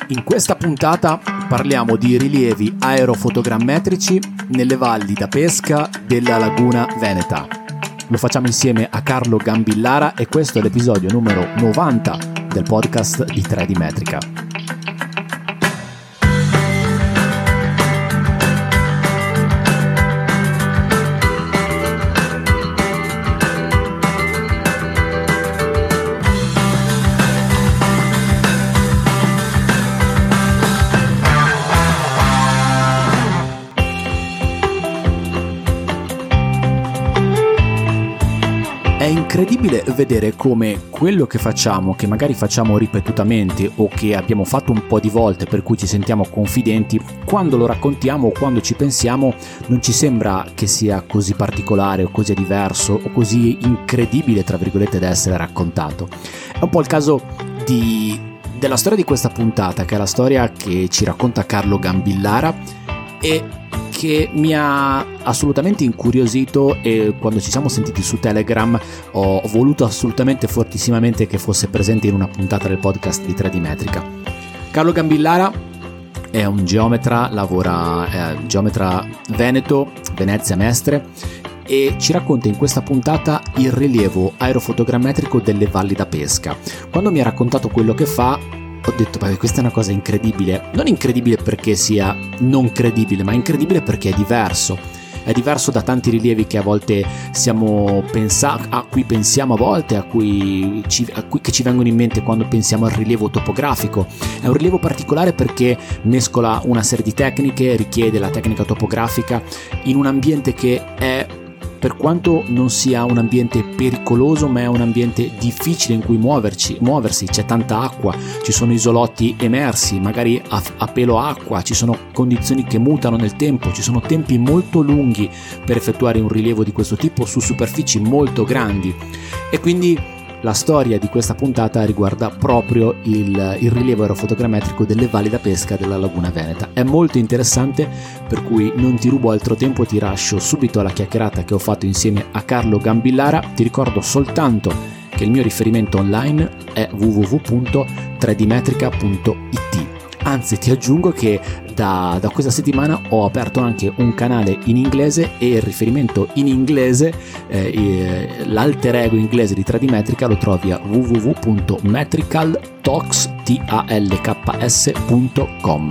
In questa puntata parliamo di rilievi aerofotogrammetrici nelle valli da pesca della Laguna Veneta. Lo facciamo insieme a Carlo Gambillara e questo è l'episodio numero 90 del podcast di 3D Metrica. È incredibile vedere come quello che facciamo, che magari facciamo ripetutamente o che abbiamo fatto un po' di volte per cui ci sentiamo confidenti, quando lo raccontiamo o quando ci pensiamo non ci sembra che sia così particolare o così diverso o così incredibile, tra virgolette, da essere raccontato. È un po' il caso della storia di questa puntata, che è la storia che ci racconta Carlo Gambillara e che mi ha assolutamente incuriosito, e quando ci siamo sentiti su Telegram ho voluto assolutamente fortissimamente che fosse presente in una puntata del podcast di 3D Metrica. Carlo Gambillara è un geometra, geometra veneto, Venezia Mestre, e ci racconta in questa puntata il rilievo aerofotogrammetrico delle valli da pesca. Quando mi ha raccontato quello che fa, ho detto, beh, questa è una cosa incredibile, non incredibile perché sia non credibile, ma incredibile perché è diverso da tanti rilievi che a volte a cui pensiamo a volte, che ci vengono in mente quando pensiamo al rilievo topografico. È un rilievo particolare perché mescola una serie di tecniche, richiede la tecnica topografica in un ambiente che è, per quanto non sia un ambiente pericoloso, ma è un ambiente difficile in cui muoversi, c'è tanta acqua, ci sono isolotti emersi, magari a pelo acqua, ci sono condizioni che mutano nel tempo, ci sono tempi molto lunghi per effettuare un rilievo di questo tipo su superfici molto grandi, e quindi la storia di questa puntata riguarda proprio il rilievo aerofotogrammetrico delle valli da pesca della Laguna Veneta. È molto interessante, per cui non ti rubo altro tempo, ti lascio subito alla chiacchierata che ho fatto insieme a Carlo Gambillara. Ti ricordo soltanto che il mio riferimento online è www.3dmetrica.it. Anzi, ti aggiungo che da questa settimana ho aperto anche un canale in inglese, e il riferimento in inglese, l'alter ego inglese di 3D Metrica, lo trovi a www.metricaltalks.com.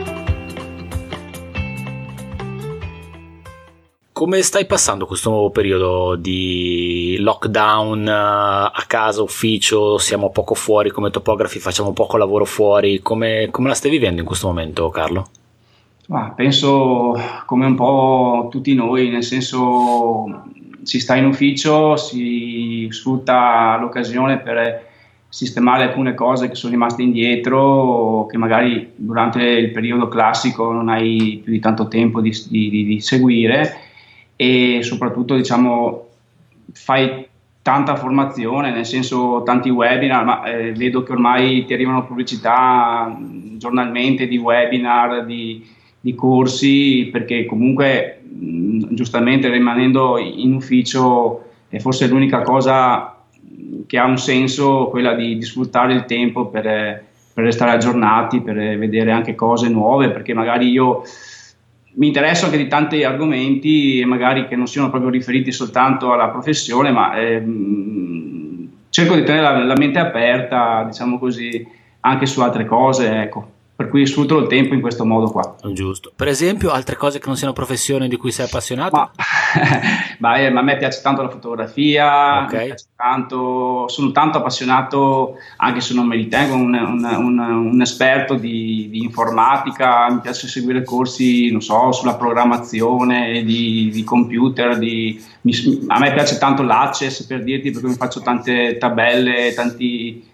Come stai passando questo nuovo periodo di lockdown, a casa, ufficio, siamo poco fuori come topografi, facciamo poco lavoro fuori, come la stai vivendo in questo momento, Carlo? Penso come un po' tutti noi, nel senso, si sta in ufficio, si sfrutta l'occasione per sistemare alcune cose che sono rimaste indietro, che magari durante il periodo classico non hai più di tanto tempo di seguire, e soprattutto, diciamo, fai tanta formazione, nel senso tanti webinar, ma vedo che ormai ti arrivano pubblicità giornalmente di webinar, di corsi, perché comunque giustamente rimanendo in ufficio è forse l'unica cosa che ha un senso, quella di sfruttare il tempo per restare aggiornati, per vedere anche cose nuove, perché magari io mi interesso anche di tanti argomenti, e magari che non siano proprio riferiti soltanto alla professione, ma cerco di tenere la mente aperta, diciamo così, anche su altre cose, ecco. Per cui sfrutto il tempo in questo modo qua. Giusto. Per esempio, altre cose che non siano professioni di cui sei appassionato? A me piace tanto la fotografia, okay. Mi piace tanto, sono tanto appassionato, anche se non mi ritengo un esperto di informatica. Mi piace seguire corsi, non so, sulla programmazione di computer, a me piace tanto l'Access, per dirti, perché mi faccio tante tabelle, tanti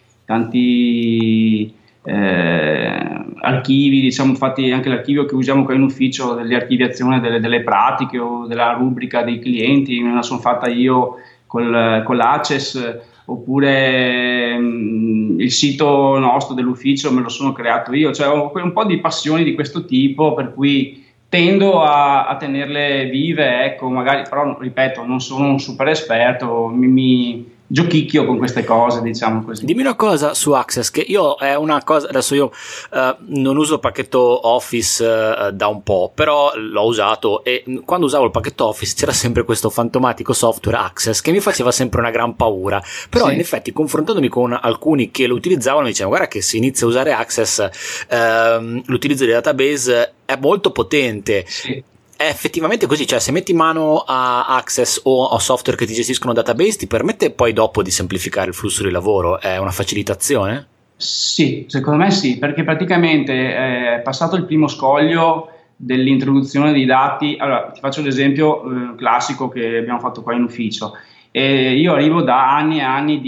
archivi, diciamo. Infatti anche l'archivio che usiamo qua in ufficio, delle archiviazioni delle pratiche o della rubrica dei clienti, me la sono fatta io con l'Access, oppure il sito nostro dell'ufficio me lo sono creato io, cioè ho un po' di passioni di questo tipo, per cui tendo a tenerle vive, ecco. Magari, però ripeto, non sono un super esperto, mi giochicchio con queste cose, diciamo così. Dimmi una cosa su Access, che io è una cosa, adesso io non uso il pacchetto Office da un po', però l'ho usato, e quando usavo il pacchetto Office c'era sempre questo fantomatico software Access che mi faceva sempre una gran paura, però in effetti confrontandomi con alcuni che lo utilizzavano mi dicevano: guarda che se inizia a usare Access l'utilizzo di database è molto potente. È effettivamente così, cioè se metti in mano a Access o a software che ti gestiscono database ti permette poi dopo di semplificare il flusso di lavoro, è una facilitazione? Sì, secondo me sì, perché praticamente è passato il primo scoglio dell'introduzione dei dati. Allora ti faccio l'esempio classico che abbiamo fatto qua in ufficio. Io arrivo da anni e anni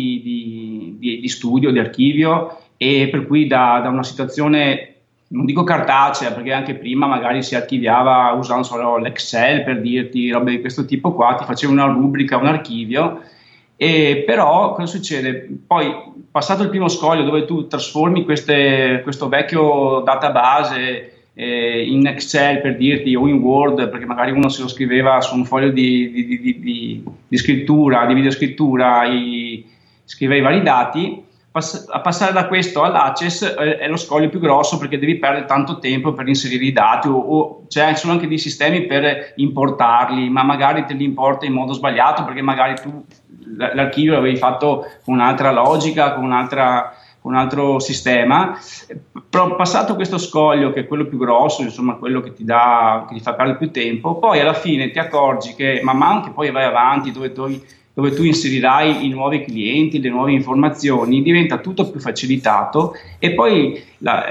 di studio, di archivio, e per cui da una situazione, non dico cartacea, perché anche prima magari si archiviava usando solo l'Excel, per dirti, robe di questo tipo qua, ti facevo una rubrica, un archivio, e però cosa succede? Poi passato il primo scoglio dove tu trasformi questo vecchio database in Excel, per dirti, o in Word, perché magari uno se lo scriveva su un foglio di scrittura, di videoscrittura, scriveva i vari dati. A passare da questo all'Access è lo scoglio più grosso, perché devi perdere tanto tempo per inserire i dati, o cioè, ci sono anche dei sistemi per importarli, ma magari te li importa in modo sbagliato, perché magari tu l'archivio l'avevi fatto con un'altra logica, con un altro sistema. Però passato questo scoglio, che è quello più grosso, insomma quello che ti fa perdere più tempo, poi alla fine ti accorgi che man mano che poi vai avanti, dove tu inserirai i nuovi clienti, le nuove informazioni, diventa tutto più facilitato. E poi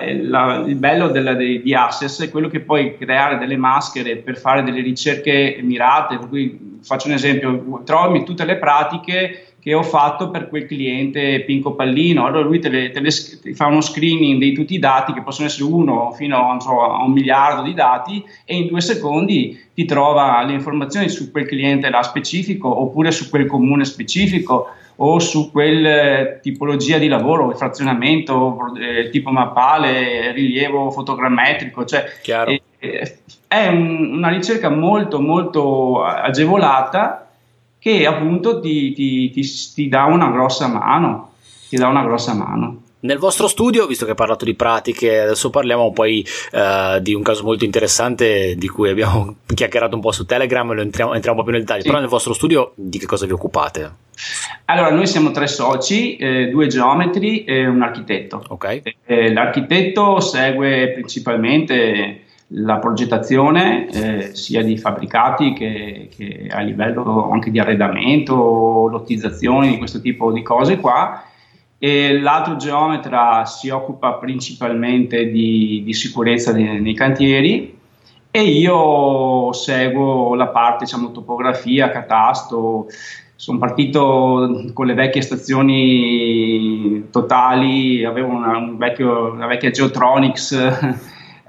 il bello di Access è quello che puoi creare delle maschere per fare delle ricerche mirate. Per cui faccio un esempio: trovi tutte le pratiche che ho fatto per quel cliente Pinco Pallino, allora lui ti fa uno screening di tutti i dati, che possono essere uno fino a 1 miliardo di dati, e in 2 secondi ti trova le informazioni su quel cliente là specifico, oppure su quel comune specifico, o su quel tipologia di lavoro, frazionamento, tipo mappale, rilievo fotogrammetrico, cioè è una ricerca molto molto agevolata, che appunto ti dà una grossa mano, Nel vostro studio, visto che hai parlato di pratiche, adesso parliamo poi di un caso molto interessante di cui abbiamo chiacchierato un po' su Telegram, e entriamo un po' più nel dettaglio. Però nel vostro studio di che cosa vi occupate? Allora, noi siamo 3 soci, 2 geometri e un architetto. Okay. L'architetto segue principalmente la progettazione sia di fabbricati che a livello anche di arredamento, lottizzazioni, di questo tipo di cose qua, e l'altro geometra si occupa principalmente di sicurezza nei cantieri, e io seguo la parte, diciamo, topografia, catasto. Sono partito con le vecchie stazioni totali, avevo una vecchia Geotronics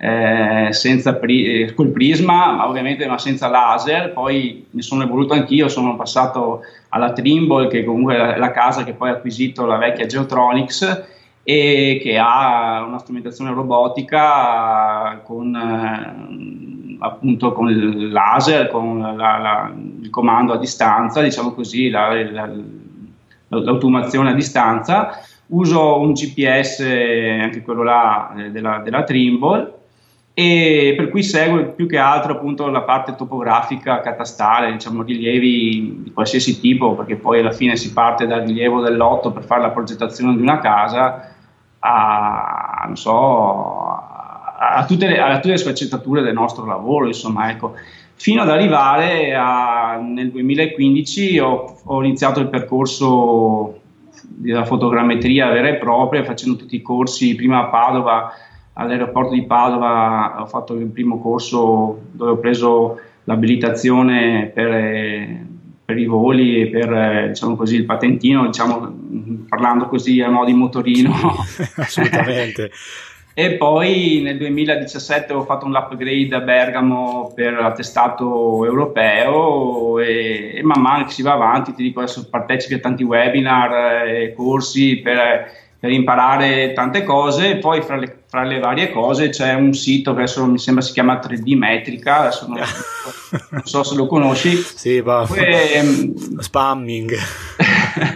col prisma, ma ovviamente senza laser. Poi mi sono evoluto anch'io, sono passato alla Trimble, che comunque è la casa che poi ha acquisito la vecchia Geotronics, e che ha una strumentazione robotica con appunto con il laser, con il comando a distanza, diciamo così, l'automazione a distanza. Uso un GPS, anche quello là della Trimble, e per cui segue più che altro appunto la parte topografica, catastale, diciamo rilievi di qualsiasi tipo, perché poi alla fine si parte dal rilievo del lotto per fare la progettazione di una casa a tutte le sfaccettature del nostro lavoro, insomma, ecco, fino ad arrivare nel 2015 ho iniziato il percorso della fotogrammetria vera e propria, facendo tutti i corsi. Prima a Padova, all'aeroporto di Padova, ho fatto il primo corso dove ho preso l'abilitazione per i voli e per, diciamo così, il patentino, diciamo, parlando così a mo' di motorino. Assolutamente. E poi nel 2017 ho fatto un upgrade a Bergamo per l'attestato europeo, e man mano che si va avanti, ti dico, adesso partecipi a tanti webinar e corsi per imparare tante cose. Poi fra le varie cose c'è un sito che adesso mi sembra si chiama 3D Metrica, adesso non so se lo conosci. Sì, spamming.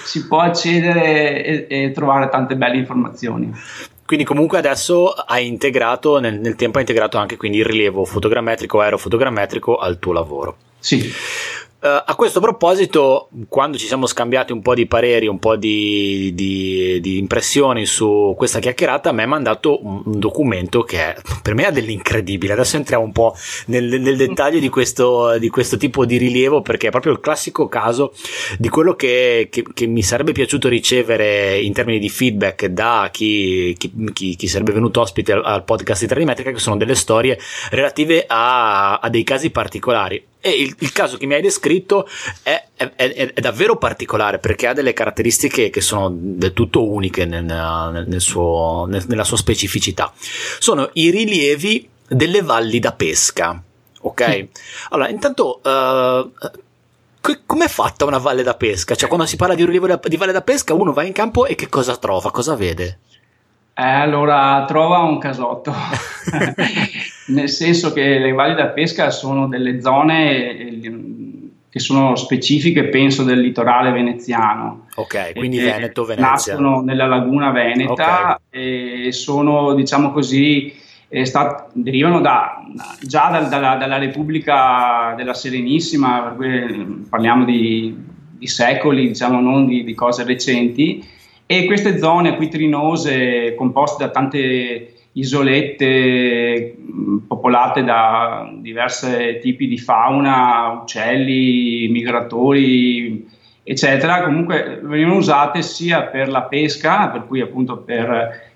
si può accedere e trovare tante belle informazioni. Quindi comunque adesso hai integrato, nel tempo hai integrato anche quindi il rilievo fotogrammetrico, aerofotogrammetrico al tuo lavoro. Sì. A questo proposito, quando ci siamo scambiati un po' di pareri, un po' di impressioni su questa chiacchierata, a me mi ha mandato un documento che per me è dell'incredibile. Adesso entriamo un po' nel dettaglio di questo tipo di rilievo, perché è proprio il classico caso di quello che mi sarebbe piaciuto ricevere in termini di feedback da chi sarebbe venuto ospite al podcast di Tradimetrica, che sono delle storie relative a dei casi particolari. E il caso che mi hai descritto è davvero particolare, perché ha delle caratteristiche che sono del tutto uniche nella sua specificità. Sono i rilievi delle valli da pesca, ok? Sì. Allora, intanto com'è fatta una valle da pesca? Cioè, quando si parla di rilievo di valle da pesca, uno va in campo e che cosa trova? Cosa vede? Allora trova un casotto, nel senso che le valli da pesca sono delle zone che sono specifiche, penso, del litorale veneziano. Ok, quindi Veneto, Venezia. Nascono nella laguna veneta, okay. E sono, diciamo così, derivano già dalla Repubblica della Serenissima, parliamo di secoli, diciamo, non di cose recenti. E queste zone acquitrinose, composte da tante isolette popolate da diversi tipi di fauna, uccelli, migratori, eccetera, comunque venivano usate sia per la pesca, per cui appunto per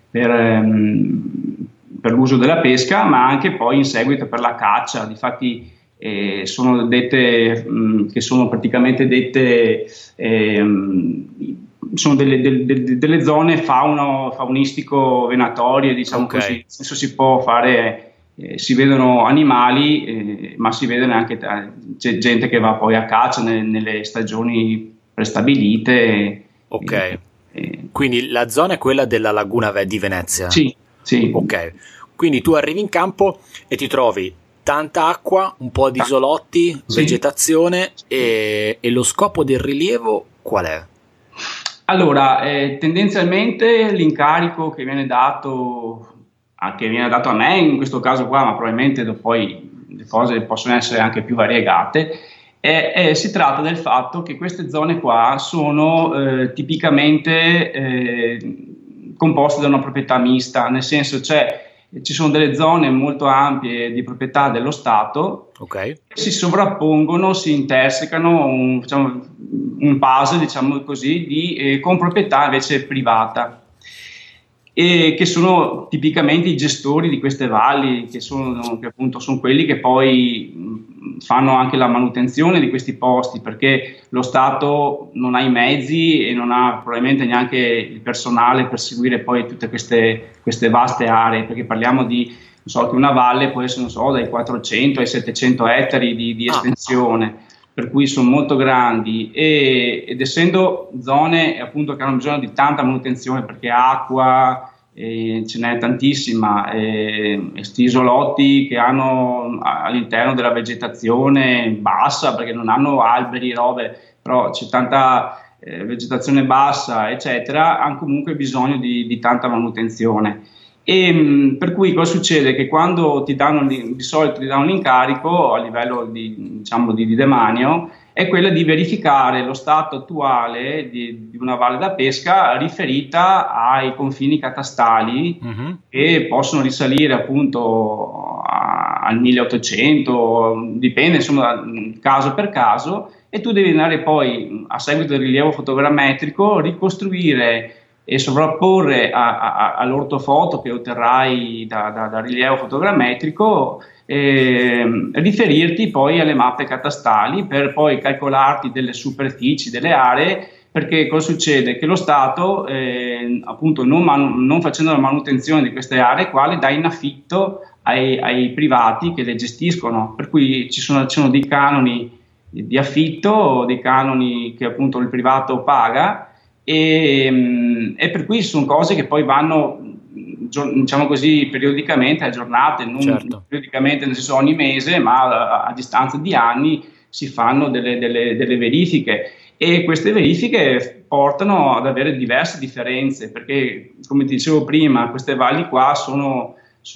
l'uso della pesca, ma anche poi in seguito per la caccia. Difatti sono dette, che sono praticamente dette sono delle zone faunistico-venatorie, diciamo, okay. Così, nel senso si può fare, si vedono animali, ma si vede anche c'è gente che va poi a caccia nelle stagioni prestabilite. Ok, quindi la zona è quella della laguna di Venezia? Sì. Ok, quindi tu arrivi in campo e ti trovi tanta acqua, un po' di isolotti, vegetazione, e lo scopo del rilievo qual è? Allora, tendenzialmente l'incarico che viene dato a me in questo caso qua, ma probabilmente poi le cose possono essere anche più variegate, si tratta del fatto che queste zone qua sono tipicamente composte da una proprietà mista, nel senso ci sono delle zone molto ampie di proprietà dello Stato, okay. Che si sovrappongono, si intersecano, un puzzle, diciamo così, con proprietà invece privata, e che sono tipicamente i gestori di queste valli, che appunto sono quelli che poi fanno anche la manutenzione di questi posti, perché lo Stato non ha i mezzi e non ha probabilmente neanche il personale per seguire poi tutte queste vaste aree, perché parliamo di, che una valle può essere, dai 400 ai 700 ettari di estensione, per cui sono molto grandi, ed essendo zone appunto che hanno bisogno di tanta manutenzione, perché acqua ce n'è tantissima, questi isolotti che hanno all'interno della vegetazione bassa, perché non hanno alberi, robe, però c'è tanta vegetazione bassa, eccetera, hanno comunque bisogno di tanta manutenzione. E per cui cosa succede? Che quando di solito ti danno l'incarico a livello di demanio, è quella di verificare lo stato attuale di una valle da pesca riferita ai confini catastali, che possono risalire appunto al 1800, dipende insomma caso per caso, e tu devi andare poi, a seguito del rilievo fotogrammetrico, ricostruire e sovrapporre all'ortofoto che otterrai da rilievo fotogrammetrico, riferirti poi alle mappe catastali per poi calcolarti delle superfici, delle aree, perché cosa succede? Che lo Stato, appunto non facendo la manutenzione di queste aree qua, le dà in affitto ai privati che le gestiscono, per cui ci sono dei canoni di affitto, dei canoni che appunto il privato paga, e per cui sono cose che poi vanno, diciamo così, periodicamente aggiornate, non periodicamente nel senso ogni mese, ma a distanza di anni si fanno delle verifiche, e queste verifiche portano ad avere diverse differenze, perché come ti dicevo prima, queste valli qua sono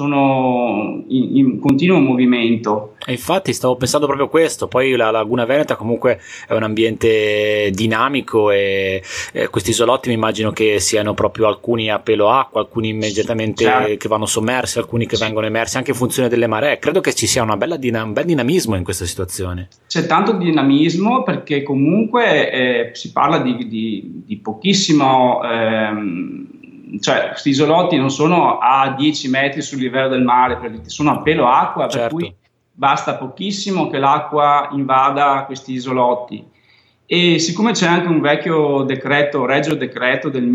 in continuo movimento. E infatti stavo pensando proprio questo. Poi la Laguna Veneta comunque è un ambiente dinamico e questi isolotti mi immagino che siano proprio alcuni a pelo acqua, alcuni immediatamente Certo. che vanno sommersi, alcuni che vengono emersi anche in funzione delle maree. Credo che ci sia un bel dinamismo in questa situazione. C'è tanto dinamismo perché comunque si parla di pochissimo, cioè questi isolotti non sono a 10 metri sul livello del mare, sono a pelo acqua, Certo. per cui basta pochissimo che l'acqua invada questi isolotti. E siccome c'è anche un vecchio decreto, regio decreto del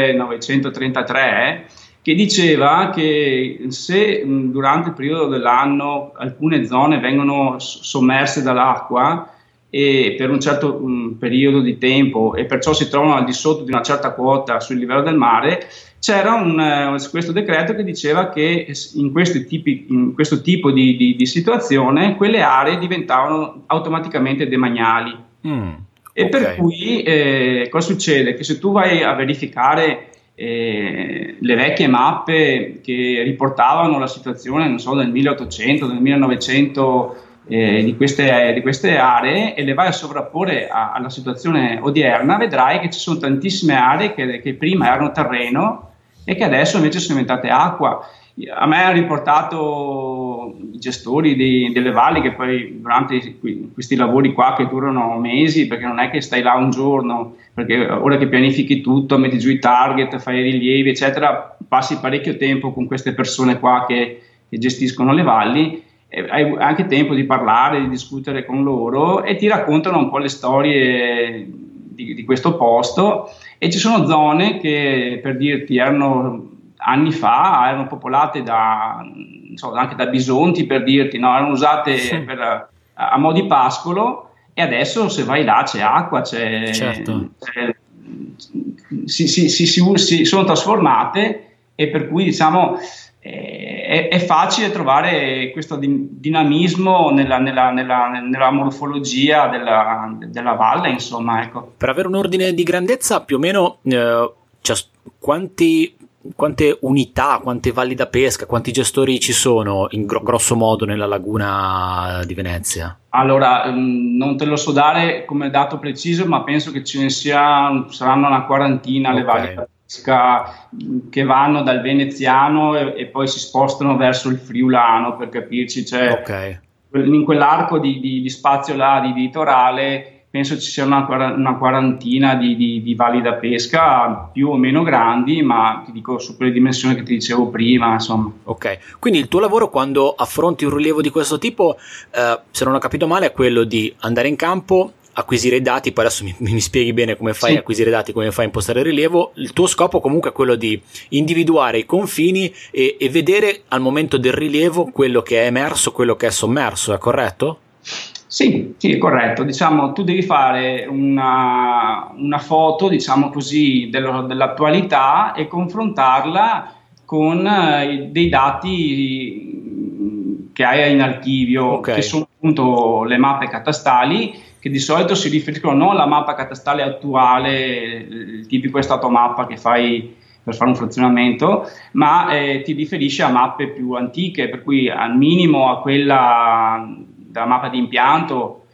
1933, che diceva che se durante il periodo dell'anno alcune zone vengono sommerse dall'acqua e per un certo periodo di tempo e perciò si trovano al di sotto di una certa quota sul livello del mare, c'era questo decreto che diceva che in questo tipo di situazione quelle aree diventavano automaticamente demaniali. E per cui cosa succede? Che se tu vai a verificare le vecchie mappe che riportavano la situazione, non so, del 1800, del 1900 di queste aree e le vai a sovrapporre alla situazione odierna, vedrai che ci sono tantissime aree che prima erano terreno e che adesso invece sono diventate acqua. A me hanno riportato i gestori delle valli che poi durante questi lavori qua che durano mesi, perché non è che stai là un giorno, perché ora che pianifichi tutto, metti giù i target, fai i rilievi eccetera, passi parecchio tempo con queste persone qua che gestiscono le valli, hai anche tempo di parlare, di discutere con loro e ti raccontano un po' le storie di questo posto. E ci sono zone che, per dirti, anni fa erano popolate anche da bisonti, per dirti, no? Erano usate a mo' di pascolo e adesso se vai là c'è acqua, Certo. Si sono trasformate e per cui diciamo è facile trovare questo dinamismo nella morfologia della valle, insomma, ecco. Per avere un ordine di grandezza, più o meno quante unità, quante valli da pesca, quanti gestori ci sono in grosso modo nella laguna di Venezia? Allora, non te lo so dare come dato preciso, ma penso che ce ne saranno una quarantina le valli da pesca che vanno dal veneziano e poi si spostano verso il friulano, per capirci. Cioè, in quell'arco di spazio là di litorale penso ci sia una quarantina di valli da pesca più o meno grandi, ma ti dico su quelle dimensioni che ti dicevo prima, insomma. Ok, quindi il tuo lavoro quando affronti un rilievo di questo tipo, se non ho capito male, è quello di andare in campo, acquisire i dati, poi adesso mi spieghi bene come fai a acquisire i dati, come fai a impostare il rilievo. Il tuo scopo comunque è quello di individuare i confini e vedere al momento del rilievo quello che è emerso, quello che è sommerso, è corretto? Sì, è corretto. Diciamo, tu devi fare una foto, diciamo così, dell'attualità e confrontarla con dei dati che hai in archivio, che sono appunto le mappe catastali, che di solito si riferiscono non alla mappa catastale attuale, il tipico statomappa che fai per fare un frazionamento, ma ti riferisce a mappe più antiche, per cui al minimo a quella della mappa di impianto,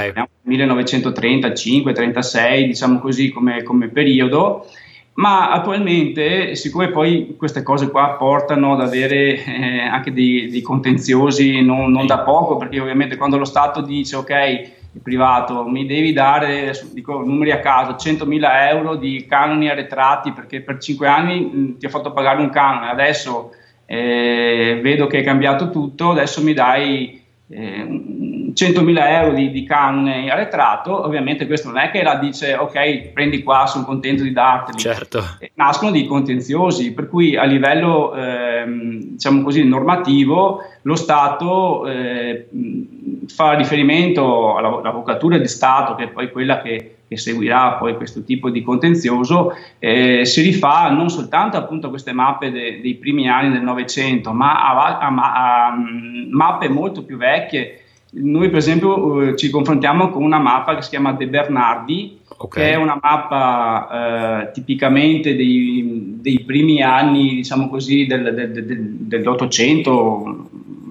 1935-36, diciamo così come periodo, ma attualmente, siccome poi queste cose qua portano ad avere anche dei contenziosi non da poco, perché ovviamente quando lo Stato dice ok, il privato mi devi dare, dico numeri a caso, 100.000 euro di canoni arretrati perché per 5 anni ti ho fatto pagare un canone, adesso vedo che è cambiato tutto, adesso mi dai 100.000 euro di canone arretrato. Ovviamente questo non è che la dice ok, prendi qua, sono contento di darteli. Certo. Nascono dei contenziosi, per cui a livello diciamo così normativo lo Stato fa riferimento all'avvocatura di Stato, che è poi quella che seguirà poi questo tipo di contenzioso, si rifà non soltanto appunto a queste mappe dei primi anni del Novecento, ma a mappe molto più vecchie. Noi per esempio ci confrontiamo con una mappa che si chiama De Bernardi, che è una mappa tipicamente dei primi anni, diciamo così, dell'Ottocento,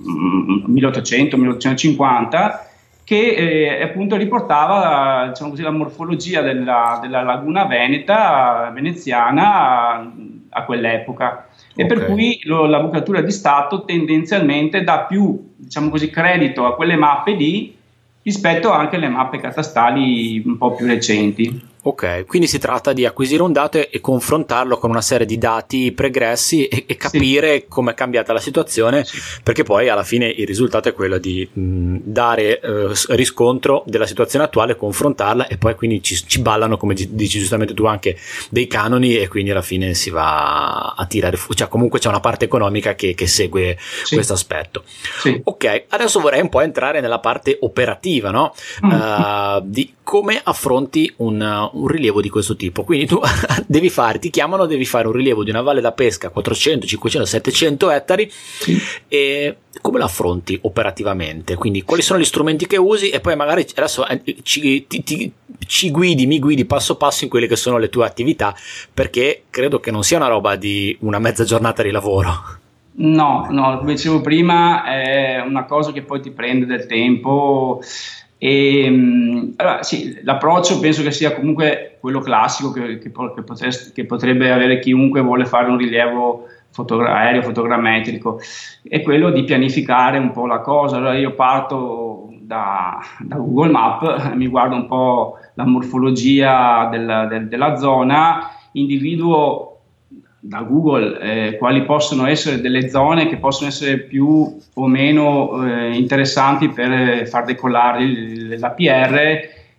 1800-1850, che appunto riportava, diciamo così, la morfologia della laguna veneziana a quell'epoca. E per cui l'Avvocatura di Stato tendenzialmente dà più, diciamo così, credito a quelle mappe lì rispetto anche alle mappe catastali un po' più recenti. Ok, quindi si tratta di acquisire un dato e confrontarlo con una serie di dati pregressi e capire come è cambiata la situazione, perché poi alla fine il risultato è quello di dare riscontro della situazione attuale, confrontarla, e poi quindi ci ballano, come dici giustamente tu, anche dei canoni, e quindi alla fine si va a tirare fuori, cioè comunque c'è una parte economica che segue questo aspetto. Ok, adesso vorrei un po' entrare nella parte operativa, no? Di come affronti un rilievo di questo tipo. Quindi tu devi fare un rilievo di una valle da pesca 400, 500, 700 ettari, e come lo affronti operativamente? Quindi quali sono gli strumenti che usi, e poi magari adesso mi guidi passo passo in quelle che sono le tue attività, perché credo che non sia una roba di una mezza giornata di lavoro. No, come dicevo prima, è una cosa che poi ti prende del tempo. Allora, sì, l'approccio penso che sia comunque quello classico che potrebbe avere chiunque vuole fare un rilievo aereo fotogrammetrico, è quello di pianificare un po' la cosa. Allora io parto da Google Maps, mi guardo un po' la morfologia della zona, individuo da Google quali possono essere delle zone che possono essere più o meno interessanti per far decollare l'APR,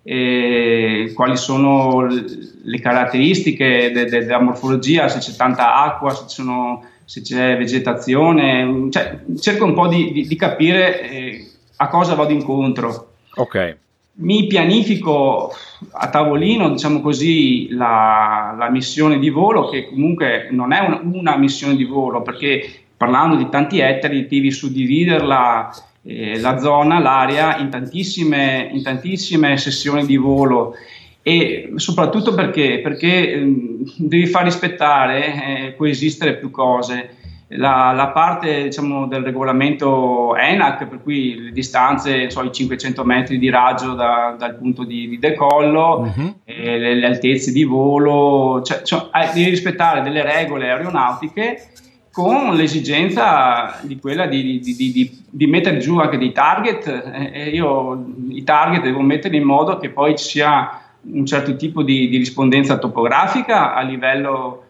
quali sono le caratteristiche della morfologia, se c'è tanta acqua, se c'è vegetazione, cioè, cerco un po' di capire a cosa vado incontro. Ok. Mi pianifico a tavolino, diciamo così, la missione di volo, che comunque non è una missione di volo, perché parlando di tanti ettari devi suddividerla, la zona, l'area, in tantissime sessioni di volo, e soprattutto perché devi far rispettare, coesistere più cose. La parte, diciamo, del regolamento ENAC, per cui le distanze, i 500 metri di raggio dal punto di decollo, le altezze di volo, devi rispettare delle regole aeronautiche, con l'esigenza di quella di mettere giù anche dei target. Io i target devo mettere in modo che poi ci sia un certo tipo di rispondenza topografica a livello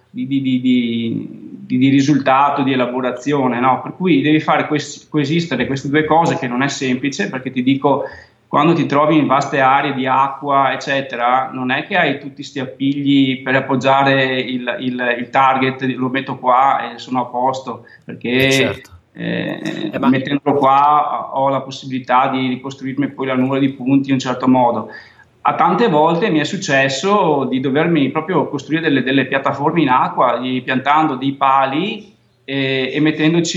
di risultato, di elaborazione, no? Per cui devi fare coesistere queste due cose, che non è semplice, perché ti dico, quando ti trovi in vaste aree di acqua, eccetera, non è che hai tutti sti appigli per appoggiare il target, lo metto qua e sono a posto, perché mettendolo qua ho la possibilità di ricostruirmi poi la nuvola di punti in un certo modo. A tante volte mi è successo di dovermi proprio costruire delle piattaforme in acqua, piantando dei pali e mettendoci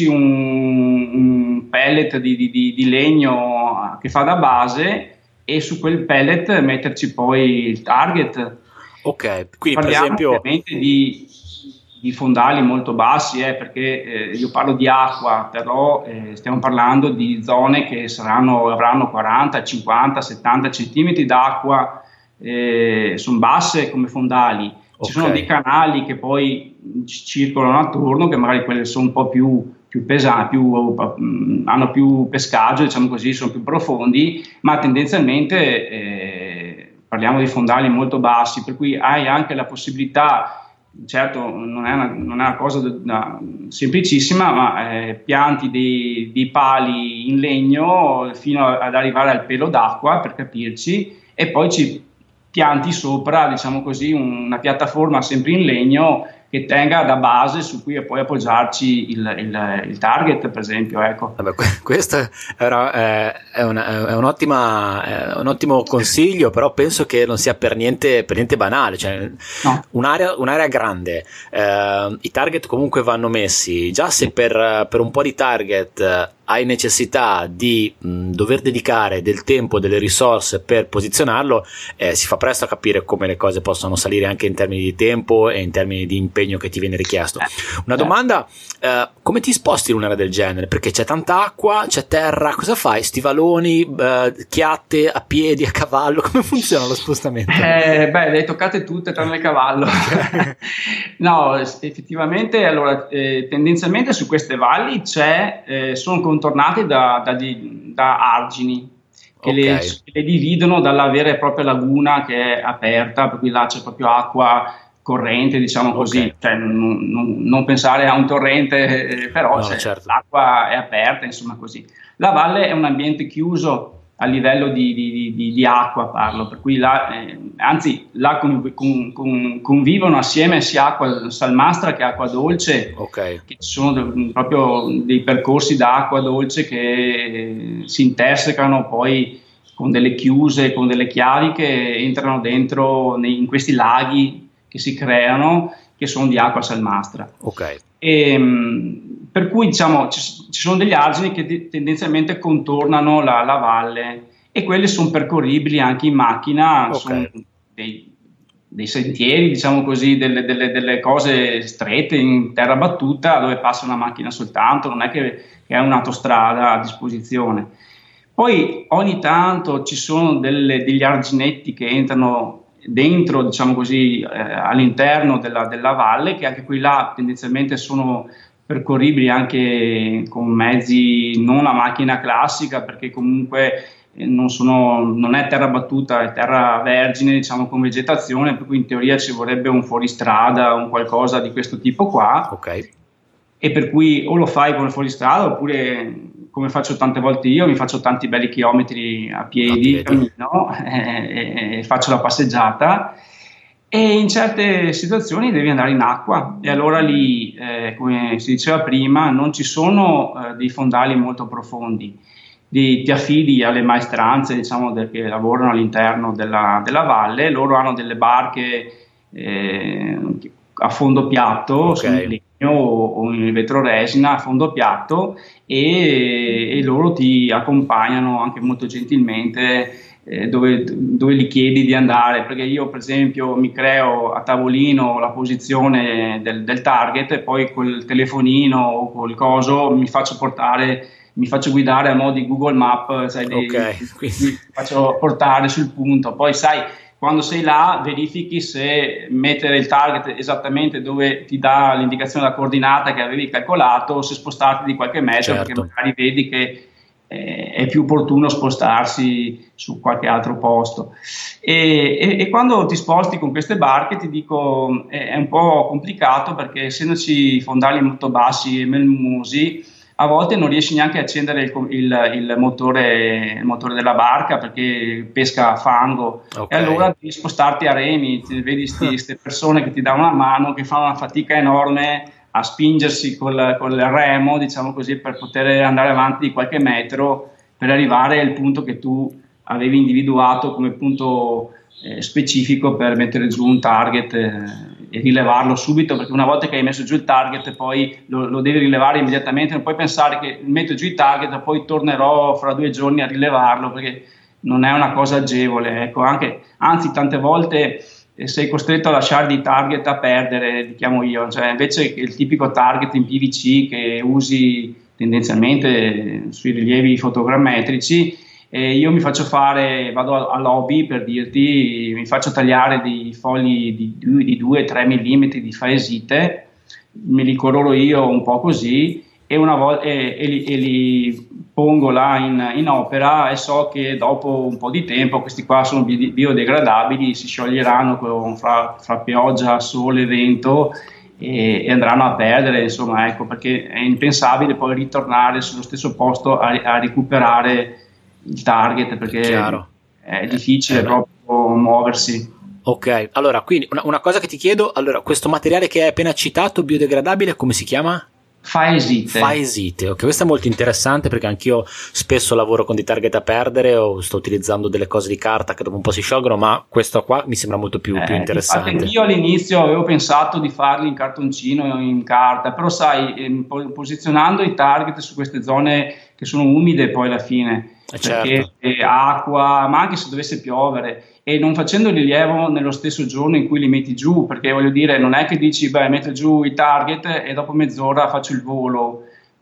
un pellet di legno che fa da base, e su quel pellet metterci poi il target. Ok, quindi parliamo, per esempio, ovviamente di fondali molto bassi, perché io parlo di acqua, però stiamo parlando di zone che avranno 40, 50, 70 centimetri d'acqua, sono basse come fondali. Ci sono dei canali che poi circolano attorno, che magari quelli sono un po' più pesanti, hanno più pescaggio, diciamo così, sono più profondi, ma tendenzialmente parliamo di fondali molto bassi, per cui hai anche la possibilità. Certo, non è una cosa semplicissima, ma pianti dei pali in legno fino ad arrivare al pelo d'acqua, per capirci, e poi ci pianti sopra, diciamo così, una piattaforma sempre in legno che tenga da base su cui poi appoggiarci il target, per esempio. Ecco. Vabbè, questo è un ottimo consiglio, però penso che non sia per niente banale. Cioè, no. Un'area grande, i target comunque vanno messi. Già se per un po' di target hai necessità di dover dedicare del tempo, delle risorse per posizionarlo, si fa presto a capire come le cose possono salire anche in termini di tempo e in termini di impegno che ti viene richiesto. Una domanda, come ti sposti in un'area del genere? Perché c'è tanta acqua, c'è terra, cosa fai? Stivaloni, chiatte, a piedi, a cavallo, come funziona lo spostamento? Le hai toccate tutte tranne il cavallo. No, effettivamente, allora, tendenzialmente su queste valli sono contornate da argini che le dividono dalla vera e propria laguna che è aperta, per cui là c'è proprio acqua corrente, diciamo così, cioè, non pensare a un torrente, però certo, l'acqua è aperta, insomma così. La valle è un ambiente chiuso a livello di acqua, parlo, per cui là, anzi là convivono assieme sia acqua salmastra che acqua dolce, che ci sono proprio dei percorsi d'acqua dolce che si intersecano poi con delle chiuse, con delle chiavi che entrano dentro in questi laghi che si creano, che sono di acqua salmastra. Per cui diciamo ci sono degli argini che tendenzialmente contornano la valle, e quelli sono percorribili anche in macchina, sono dei sentieri, diciamo così, delle cose strette in terra battuta dove passa una macchina soltanto, non è che è un'autostrada a disposizione. Poi ogni tanto ci sono degli arginetti che entrano dentro, diciamo così, all'interno della valle, che anche qui là tendenzialmente sono percorribili anche con mezzi non a macchina classica, perché comunque non è terra battuta, è terra vergine, diciamo, con vegetazione, per cui in teoria ci vorrebbe un fuoristrada, un qualcosa di questo tipo qua. E per cui o lo fai con il fuoristrada, oppure, come faccio tante volte io, mi faccio tanti belli chilometri a piedi. Cammino e faccio la passeggiata, e in certe situazioni devi andare in acqua, e allora lì, come si diceva prima, non ci sono dei fondali molto profondi, ti affidi alle maestranze, diciamo, che lavorano all'interno della valle. Loro hanno delle barche a fondo piatto, in legno o in vetroresina a fondo piatto, e loro ti accompagnano anche molto gentilmente dove gli chiedi di andare, perché io per esempio mi creo a tavolino la posizione del target, e poi col telefonino o col coso mi faccio guidare a mo' di Google Map, sai, mi faccio portare sul punto. Poi sai, quando sei là verifichi se mettere il target esattamente dove ti dà l'indicazione della coordinata che avevi calcolato, o se spostarti di qualche metro, perché magari vedi che è più opportuno spostarsi su qualche altro posto. E quando ti sposti con queste barche, ti dico, è un po' complicato, perché essendoci fondali molto bassi e melmosi, a volte non riesci neanche a accendere il motore della barca, perché pesca fango, e allora devi spostarti a remi. Vedi queste persone che ti danno una mano, che fanno una fatica enorme a spingersi col remo, diciamo così, per poter andare avanti di qualche metro, per arrivare al punto che tu avevi individuato come punto specifico per mettere giù un target e rilevarlo subito, perché una volta che hai messo giù il target poi lo devi rilevare immediatamente. Non puoi pensare che metto giù il target e poi tornerò fra 2 giorni a rilevarlo, perché non è una cosa agevole, ecco. Anzi tante volte sei costretto a lasciare dei target a perdere, li chiamo io, cioè invece che il tipico target in PVC che usi tendenzialmente sui rilievi fotogrammetrici, io mi faccio vado all'hobby, per dirti, mi faccio tagliare dei fogli di 2-3 mm di faesite, me li coloro io un po' così, e li pongo là in opera, e so che dopo un po' di tempo questi qua sono biodegradabili, si scioglieranno fra pioggia, sole, vento, e andranno a perdere, insomma, ecco, perché è impensabile poi ritornare sullo stesso posto a recuperare il target, perché è difficile proprio muoversi. Ok, allora, quindi una cosa che ti chiedo, allora, questo materiale che hai appena citato, biodegradabile, come si chiama? Faesite. Ok, questo è molto interessante perché anch'io spesso lavoro con dei target a perdere o sto utilizzando delle cose di carta che dopo un po' si sciolgono, ma questo qua mi sembra molto più interessante. Io all'inizio avevo pensato di farli in cartoncino o in carta, però sai, posizionando i target su queste zone che sono umide poi alla fine, perché acqua, ma anche se dovesse piovere, e non facendo rilievo nello stesso giorno in cui li metti giù, perché voglio dire, non è che dici metto giù i target e dopo mezz'ora faccio il volo.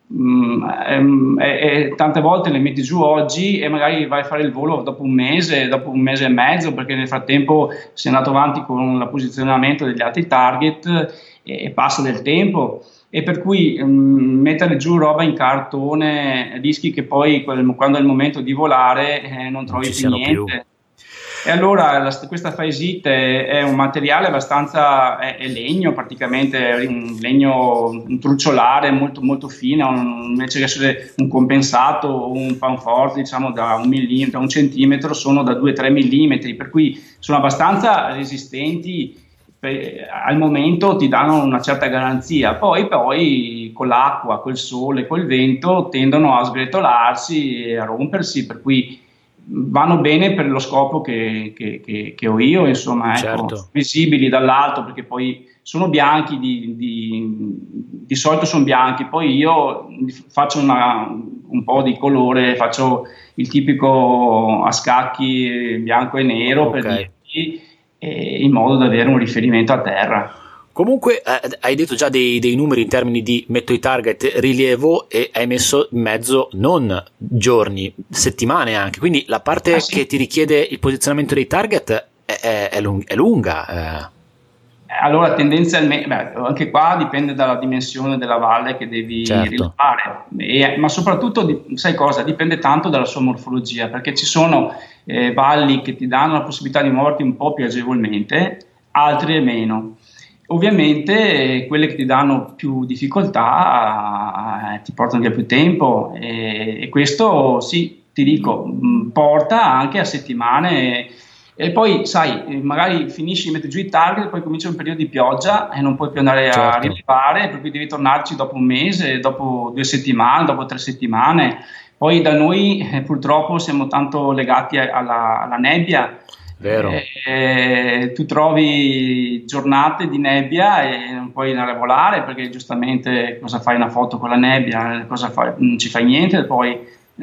Tante volte le metti giù oggi e magari vai a fare il volo dopo un mese e mezzo, perché nel frattempo sei andato avanti con il posizionamento degli altri target e passa del tempo, e per cui mettere giù roba in cartone rischi che poi quando è il momento di volare non trovi più niente. E allora questa faesite è un materiale abbastanza, è legno praticamente, è un legno truciolare molto, molto fine, invece che essere un compensato o un panforte, diciamo da un centimetro, sono da 2-3 millimetri, per cui sono abbastanza resistenti. Al momento ti danno una certa garanzia, poi con l'acqua, col sole, col vento tendono a sgretolarsi e a rompersi, per cui vanno bene per lo scopo che ho io, insomma, certo. Visibili dall'alto, perché poi sono bianchi, di solito sono bianchi, poi io faccio un po' di colore, faccio il tipico a scacchi bianco e nero, per dirti, in modo da avere un riferimento a terra. Comunque hai detto già dei numeri in termini di metto i target, rilievo, e hai messo in mezzo non giorni, settimane anche, quindi la parte che ti richiede il posizionamento dei target è lunga. Allora tendenzialmente, anche qua dipende dalla dimensione della valle che devi rilevare, ma soprattutto sai cosa? Dipende tanto dalla sua morfologia, perché ci sono valli che ti danno la possibilità di muoverti un po' più agevolmente, altri meno. Ovviamente quelle che ti danno più difficoltà ti portano via più tempo, e questo sì, ti dico, porta anche a settimane. E poi sai, magari finisci di mettere giù i target, poi comincia un periodo di pioggia e non puoi più andare a rilevare, per cui devi tornarci dopo un mese, dopo 2 settimane, dopo 3 settimane. Poi da noi purtroppo siamo tanto legati alla nebbia. Vero. Tu trovi giornate di nebbia e non puoi andare a volare, perché giustamente cosa fai una foto con la nebbia? Cosa fai? Non ci fai niente, poi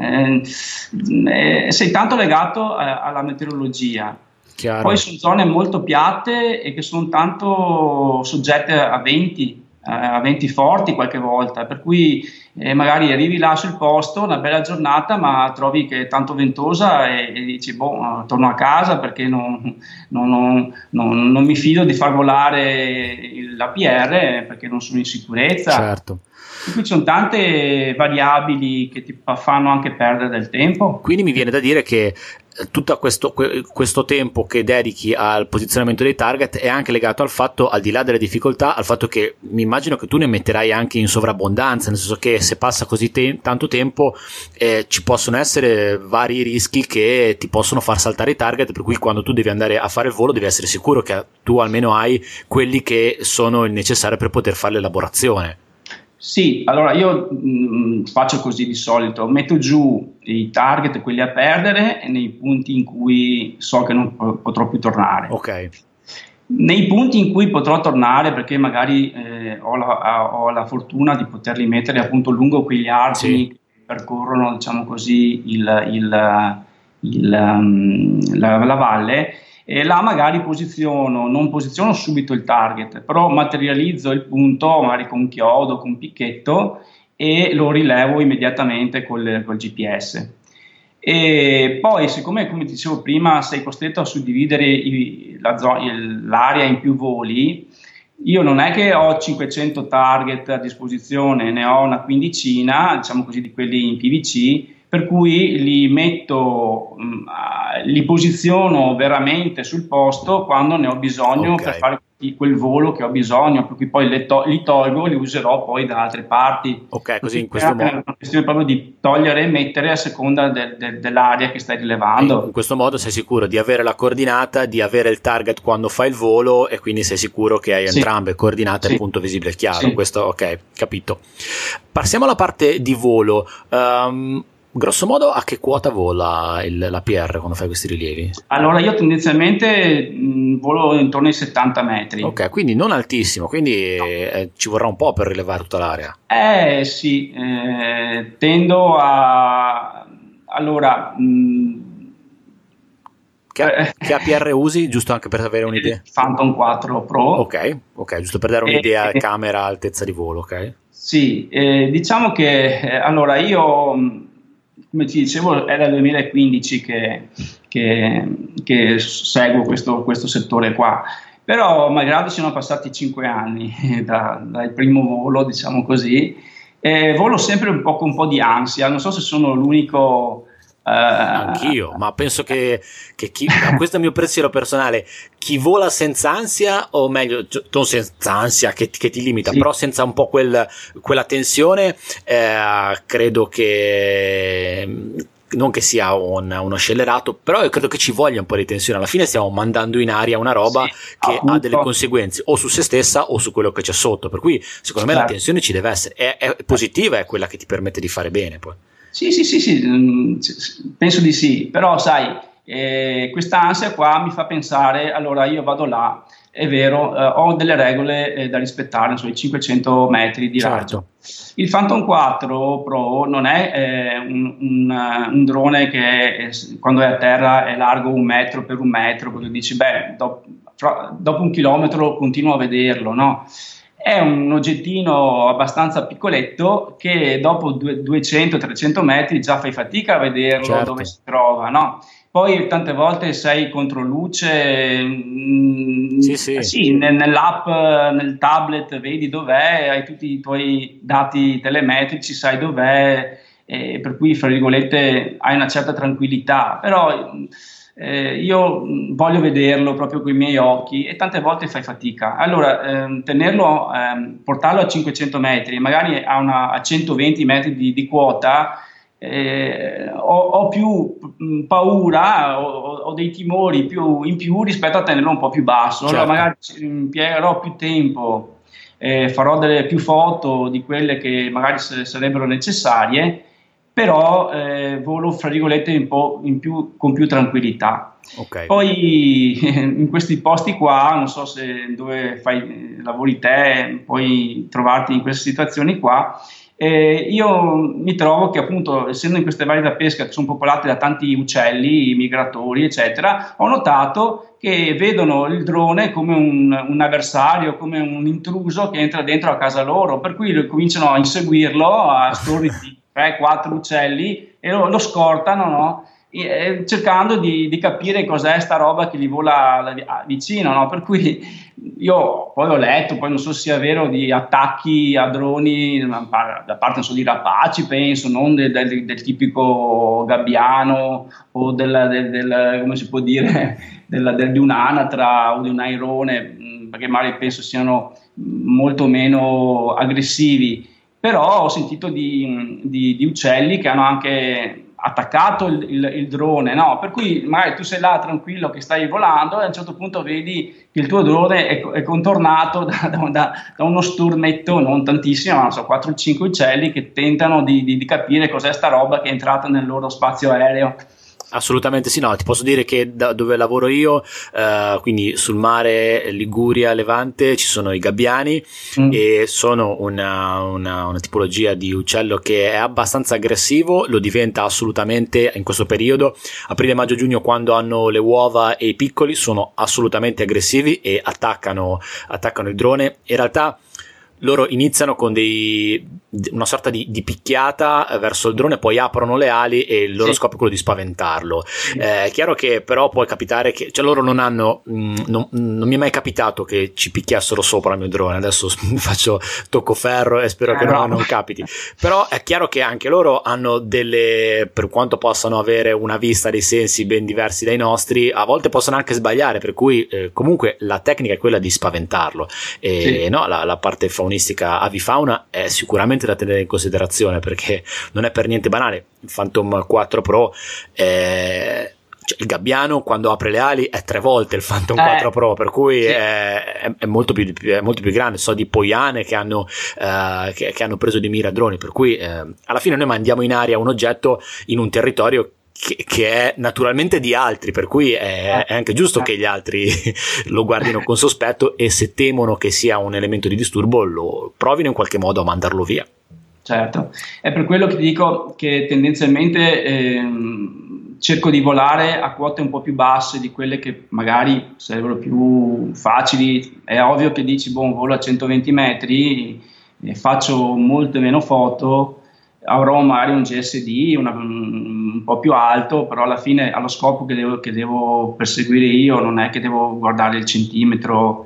sei tanto legato alla meteorologia. Chiaro. Poi sono zone molto piatte e che sono tanto soggette a venti forti qualche volta, per cui magari arrivi là sul posto, una bella giornata, ma trovi che è tanto ventosa e dici torno a casa, perché non mi fido di far volare l'APR, perché non sono in sicurezza. Certo. E qui ci sono tante variabili che ti fanno anche perdere del tempo. Quindi mi viene da dire che tutto questo tempo che dedichi al posizionamento dei target è anche legato al fatto, al di là delle difficoltà, al fatto che mi immagino che tu ne metterai anche in sovrabbondanza, nel senso che se passa così tanto tempo ci possono essere vari rischi che ti possono far saltare i target, per cui quando tu devi andare a fare il volo devi essere sicuro che tu almeno hai quelli che sono il necessario per poter fare l'elaborazione. Sì, allora io faccio così di solito, metto giù i target, quelli a perdere, nei punti in cui so che non potrò più tornare. Ok. Nei punti in cui potrò tornare, perché magari ho la fortuna di poterli mettere appunto lungo quegli argini che percorrono, diciamo così, la valle, e là magari non posiziono subito il target, però materializzo il punto magari con chiodo, con picchetto, e lo rilevo immediatamente col GPS. E poi, siccome, come dicevo prima, sei costretto a suddividere l'area in più voli, io non è che ho 500 target a disposizione, ne ho una quindicina, diciamo così, di quelli in PVC, per cui li posiziono veramente sul posto quando ne ho bisogno per fare quel volo che ho bisogno, per cui poi li tolgo, li userò poi da altre parti. Ok, così in questo modo. È una questione proprio di togliere e mettere a seconda dell'area che stai rilevando. In questo modo sei sicuro di avere la coordinata, di avere il target quando fai il volo, e quindi sei sicuro che hai entrambe coordinate e punto visibile chiaro. Sì. Questo, ok, capito. Passiamo alla parte di volo. Grosso modo, a che quota vola la PR quando fai questi rilievi? Allora, io tendenzialmente volo intorno ai 70 metri. Ok, quindi non altissimo, quindi ci vorrà un po' per rilevare tutta l'area. Sì, tendo a... Allora... Che APR usi, giusto anche per avere un'idea? Phantom 4 Pro. Ok, giusto per dare un'idea, camera, altezza di volo, ok? Sì, diciamo che allora io, come ti dicevo, è dal 2015 che seguo questo settore qua, però malgrado siano passati 5 anni dal primo volo, diciamo così, volo sempre un po' con un po' di ansia, non so se sono l'unico... Anch'io, ma penso che questo è il mio pensiero personale, chi vola senza ansia, o meglio non senza ansia che ti limita, però senza un po' quella tensione, credo che non che sia uno scellerato, però io credo che ci voglia un po' di tensione. Alla fine stiamo mandando in aria una roba che ha delle conseguenze o su se stessa o su quello che c'è sotto, per cui secondo me la tensione ci deve essere, è positiva, è quella che ti permette di fare bene poi. Sì, penso di sì, però sai, questa ansia qua mi fa pensare, allora io vado là, è vero, ho delle regole da rispettare, i 500 metri di raggio. Il Phantom 4 Pro non è un drone che quando è a terra è largo 1 metro per 1 metro, perché dici, dopo 1 chilometro continuo a vederlo, no? È un oggettino abbastanza piccoletto che dopo 200-300 metri già fai fatica a vederlo dove si trova, no? Poi tante volte sei contro luce, nell'app, nel tablet vedi dov'è, hai tutti i tuoi dati telemetrici, sai dov'è, per cui fra virgolette hai una certa tranquillità, però... io voglio vederlo proprio con i miei occhi e tante volte fai fatica. Allora portarlo a 500 metri, magari a 120 metri di quota, ho più paura, ho dei timori in più rispetto a tenerlo un po' più basso. Allora magari impiegherò più tempo, farò delle più foto di quelle che magari sarebbero necessarie, però volo fra virgolette un po' in più, con più tranquillità. Poi in questi posti qua, non so se dove lavori te, puoi trovarti in queste situazioni qua, io mi trovo che appunto, essendo in queste valli da pesca che sono popolate da tanti uccelli migratori eccetera, ho notato che vedono il drone come un avversario, come un intruso che entra dentro a casa loro, per cui cominciano a inseguirlo a storri di 3-4 uccelli e lo scortano, no? Cercando di capire cos'è sta roba che gli vola vicino, no? Per cui io poi ho letto, poi non so se sia vero, di attacchi a droni da parte non so, di rapaci, penso, non del tipico gabbiano o come si può dire, di un'anatra o di un airone, perché magari penso siano molto meno aggressivi. Però ho sentito di uccelli che hanno anche attaccato il drone, no? Per cui magari tu sei là tranquillo che stai volando e a un certo punto vedi che il tuo drone è contornato da uno sturnetto, non tantissimo, ma non so, 4-5 uccelli che tentano di capire cos'è sta roba che è entrata nel loro spazio aereo. Assolutamente sì, no, ti posso dire che da dove lavoro io, quindi sul mare Liguria, Levante, ci sono i gabbiani e sono una tipologia di uccello che è abbastanza aggressivo, lo diventa assolutamente in questo periodo, aprile, maggio, giugno, quando hanno le uova e i piccoli, sono assolutamente aggressivi e attaccano il drone. In realtà loro iniziano con una sorta di picchiata verso il drone, poi aprono le ali e il loro scopo è quello di spaventarlo. È chiaro che però può capitare che, cioè, loro non hanno, non mi è mai capitato che ci picchiassero sopra il mio drone. Adesso tocco ferro e spero che non capiti. Però è chiaro che anche loro hanno per quanto possano avere una vista, dei sensi ben diversi dai nostri, a volte possono anche sbagliare, per cui comunque la tecnica è quella di spaventarlo. E no, la parte faunistica avifauna è sicuramente da tenere in considerazione, perché non è per niente banale. Il Phantom 4 Pro cioè, il gabbiano quando apre le ali è 3 volte il Phantom 4 Pro, per cui è molto più grande. So di poiane che hanno preso di mira droni, per cui alla fine noi mandiamo in aria un oggetto in un territorio che è naturalmente di altri, per cui è anche giusto che gli altri lo guardino con sospetto, e se temono che sia un elemento di disturbo lo provino in qualche modo a mandarlo via. Certo, è per quello che dico che tendenzialmente cerco di volare a quote un po' più basse di quelle che magari sarebbero più facili. È ovvio che dici, volo a 120 metri, faccio molte meno foto, avrò magari un GSD un po' più alto, però alla fine allo scopo che devo perseguire io non è che devo guardare il centimetro,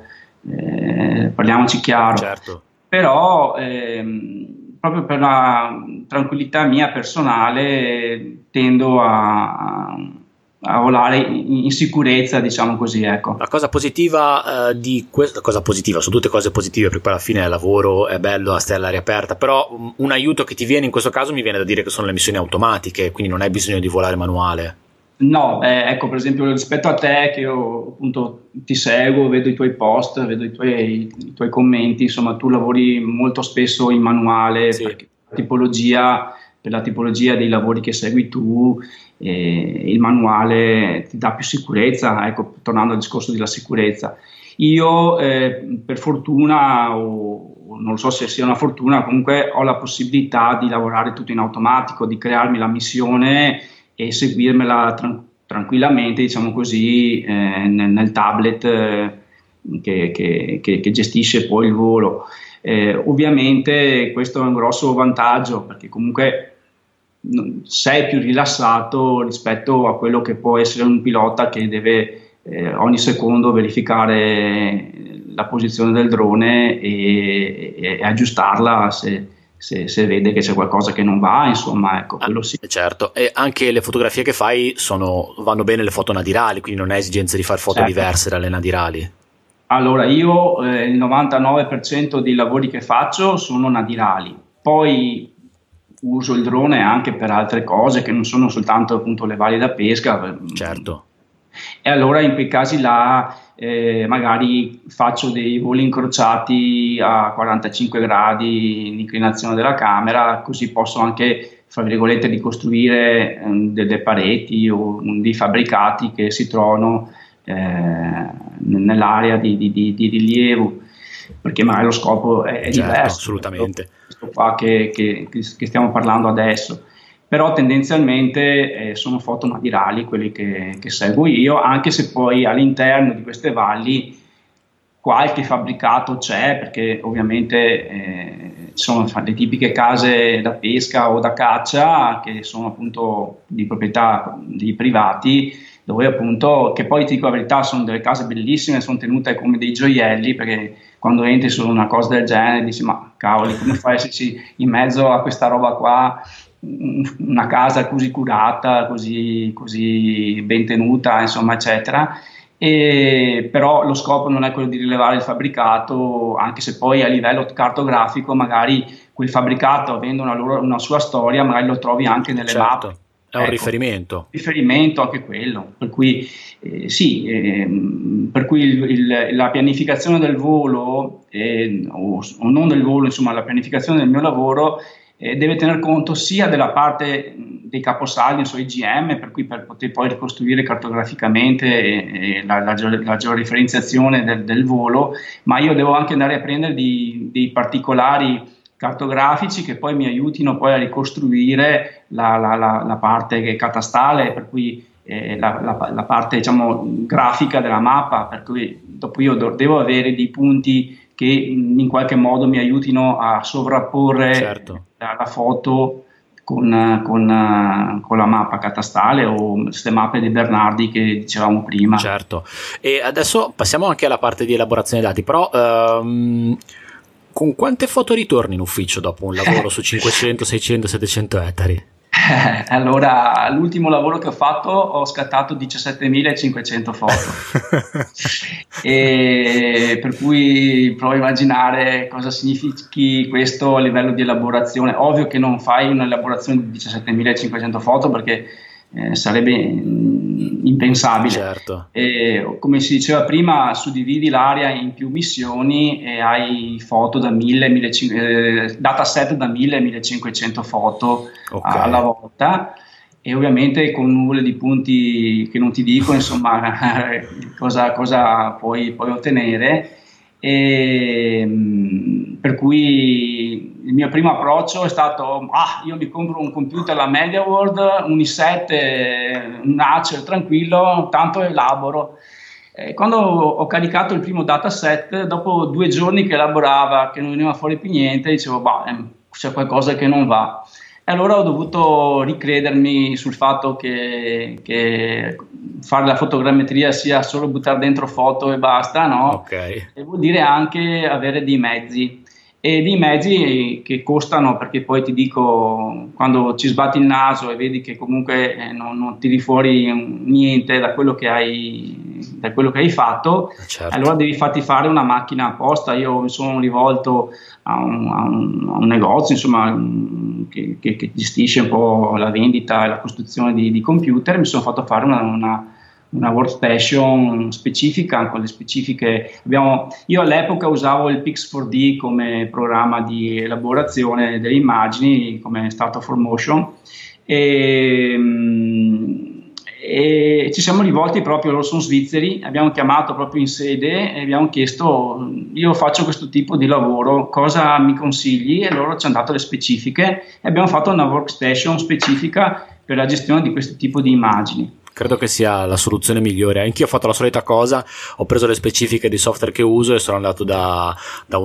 parliamoci chiaro. Certo. Però proprio per la tranquillità mia personale tendo a volare in sicurezza, diciamo così, ecco. La cosa positiva di questa cosa positiva, sono tutte cose positive, perché poi alla fine è lavoro, è bello stare all'aria aperta, però un aiuto che ti viene in questo caso mi viene da dire che sono le missioni automatiche, quindi non hai bisogno di volare manuale. No, ecco, per esempio rispetto a te, che io appunto ti seguo, vedo i tuoi post, vedo i tuoi commenti, insomma tu lavori molto spesso in manuale, perché per la tipologia dei lavori che segui tu, il manuale ti dà più sicurezza, ecco, tornando al discorso della sicurezza. Io per fortuna, o non so se sia una fortuna, comunque ho la possibilità di lavorare tutto in automatico, di crearmi la missione e seguirmela tranquillamente, diciamo così, nel tablet che gestisce poi il volo. Ovviamente questo è un grosso vantaggio, perché comunque sei più rilassato rispetto a quello che può essere un pilota che deve ogni secondo verificare la posizione del drone e aggiustarla se vede che c'è qualcosa che non va, insomma, ecco, quello sì. Certo, e anche le fotografie che fai vanno bene le foto nadirali, quindi non hai esigenza di fare foto diverse dalle nadirali. Allora, io il 99% dei lavori che faccio sono nadirali, poi uso il drone anche per altre cose che non sono soltanto appunto le valli da pesca. Certo. E allora in quei casi là magari faccio dei voli incrociati a 45 gradi di inclinazione della camera, così posso anche, fra virgolette, ricostruire delle pareti o dei fabbricati che si trovano nell'area di rilievo, perché magari lo scopo è diverso. Assolutamente. Questo qua che stiamo parlando adesso. Però tendenzialmente sono foto nadirali quelli che seguo io, anche se poi all'interno di queste valli qualche fabbricato c'è, perché ovviamente sono le tipiche case da pesca o da caccia che sono appunto di proprietà di privati, dove appunto, che poi ti dico la verità, sono delle case bellissime, sono tenute come dei gioielli, perché quando entri su una cosa del genere dici, ma cavoli, come fai a esserci in mezzo a questa roba qua, una casa così curata, così ben tenuta, insomma, eccetera. Però lo scopo non è quello di rilevare il fabbricato, anche se poi a livello cartografico magari quel fabbricato, avendo una sua storia, magari lo trovi anche nelle mappe. È un riferimento anche quello, per cui per cui la pianificazione del volo o non del volo, insomma la pianificazione del mio lavoro deve tener conto sia della parte dei caposaldi, i GM, per cui per poter poi ricostruire cartograficamente la georeferenziazione del volo, ma io devo anche andare a prendere dei particolari cartografici che poi mi aiutino poi a ricostruire la parte catastale, per cui la parte, diciamo, grafica della mappa, per cui dopo io devo avere dei punti che in qualche modo mi aiutino a sovrapporre certo. la foto con la mappa catastale o queste mappe di Bernardi che dicevamo prima. Certo, e adesso passiamo anche alla parte di elaborazione dei dati, però con quante foto ritorni in ufficio dopo un lavoro su 500, 600, 700 ettari? Allora, l'ultimo lavoro che ho fatto ho scattato 17.500 foto, e per cui provo a immaginare cosa significhi questo a livello di elaborazione. Ovvio che non fai un'elaborazione di 17.500 foto perché sarebbe impensabile. Certo. E, come si diceva prima, suddividi l'area in più missioni e hai foto da 1.000, dataset da 1.000-1.500 foto alla volta, e ovviamente con nuvole di punti che non ti dico, insomma, cosa puoi ottenere. Per cui il mio primo approccio è stato: io mi compro un computer, la MediaWorld, un i7, un Acer tranquillo, tanto elaboro. Quando ho caricato il primo dataset, dopo 2 giorni che elaborava, che non veniva fuori più niente, dicevo c'è qualcosa che non va. E allora ho dovuto ricredermi sul fatto che fare la fotogrammetria sia solo buttare dentro foto e basta, no? Okay. E vuol dire anche avere dei mezzi, e dei mezzi che costano, perché poi ti dico, quando ci sbatti il naso e vedi che comunque non tiri fuori niente da quello che hai fatto, certo. Allora devi farti fare una macchina apposta. Io mi sono rivolto a un negozio, insomma, che gestisce un po' la vendita e la costruzione di computer. Mi sono fatto fare una workstation specifica, con le specifiche. Io all'epoca usavo il Pix4D come programma di elaborazione delle immagini, come Startup for Motion, e ci siamo rivolti proprio, loro sono svizzeri, abbiamo chiamato proprio in sede e abbiamo chiesto: io faccio questo tipo di lavoro, cosa mi consigli? E loro ci hanno dato le specifiche e abbiamo fatto una workstation specifica per la gestione di questo tipo di immagini. Credo che sia la soluzione migliore. Anch'io ho fatto la solita cosa, ho preso le specifiche di software che uso e sono andato da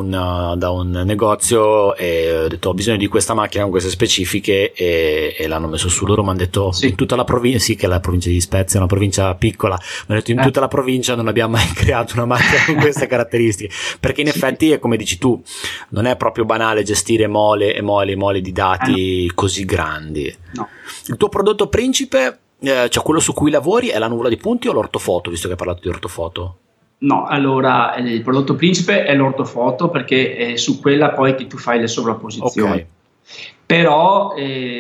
un negozio e ho detto: ho bisogno di questa macchina con queste specifiche, e l'hanno messo su. Loro mi hanno detto: in tutta la provincia, sì, che è la provincia di Spezia, è una provincia piccola, mi hanno detto: in tutta la provincia non abbiamo mai creato una macchina con queste caratteristiche, perché in effetti è come dici tu, non è proprio banale gestire mole di dati così grandi. No. Il tuo prodotto principe, cioè quello su cui lavori, è la nuvola di punti o l'ortofoto, visto che hai parlato di ortofoto? No, allora il prodotto principe è l'ortofoto, perché è su quella poi che tu fai le sovrapposizioni. Okay. Però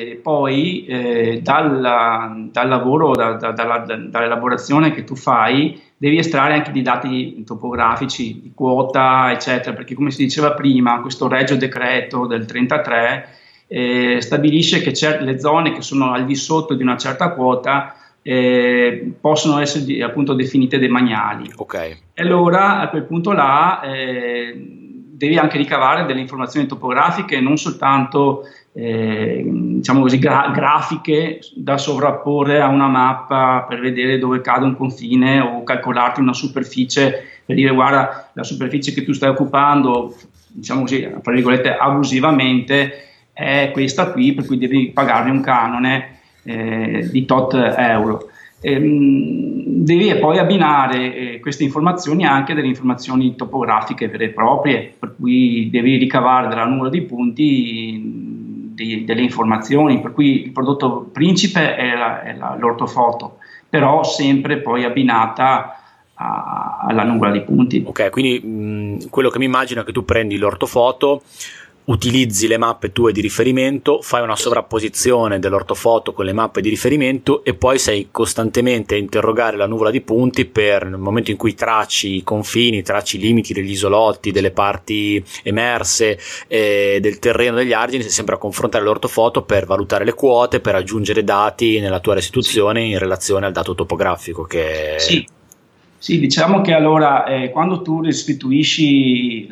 poi dal lavoro, dall'elaborazione che tu fai, devi estrarre anche dei dati topografici, di quota, eccetera, perché come si diceva prima, questo Regio Decreto del 33 stabilisce che le zone che sono al di sotto di una certa quota possono essere appunto definite demaniali. Okay. E allora a quel punto là devi anche ricavare delle informazioni topografiche, non soltanto diciamo così grafiche da sovrapporre a una mappa per vedere dove cade un confine, o calcolarti una superficie per dire: guarda, la superficie che tu stai occupando, diciamo così, tra virgolette, abusivamente, è questa qui, per cui devi pagarmi un canone di tot euro. Devi poi abbinare queste informazioni anche delle informazioni topografiche vere e proprie, per cui devi ricavare dalla nuvola di punti delle informazioni, per cui il prodotto principe è l'ortofoto, però sempre poi abbinata alla nuvola di punti. Ok, quindi quello che mi immagino è che tu prendi l'ortofoto, utilizzi le mappe tue di riferimento, fai una sovrapposizione dell'ortofoto con le mappe di riferimento e poi sei costantemente a interrogare la nuvola di punti per, nel momento in cui tracci i confini, tracci i limiti degli isolotti, delle parti emerse del terreno, degli argini, sei sempre a confrontare l'ortofoto per valutare le quote, per aggiungere dati nella tua restituzione in relazione al dato topografico che... Sì, diciamo che allora quando tu restituisci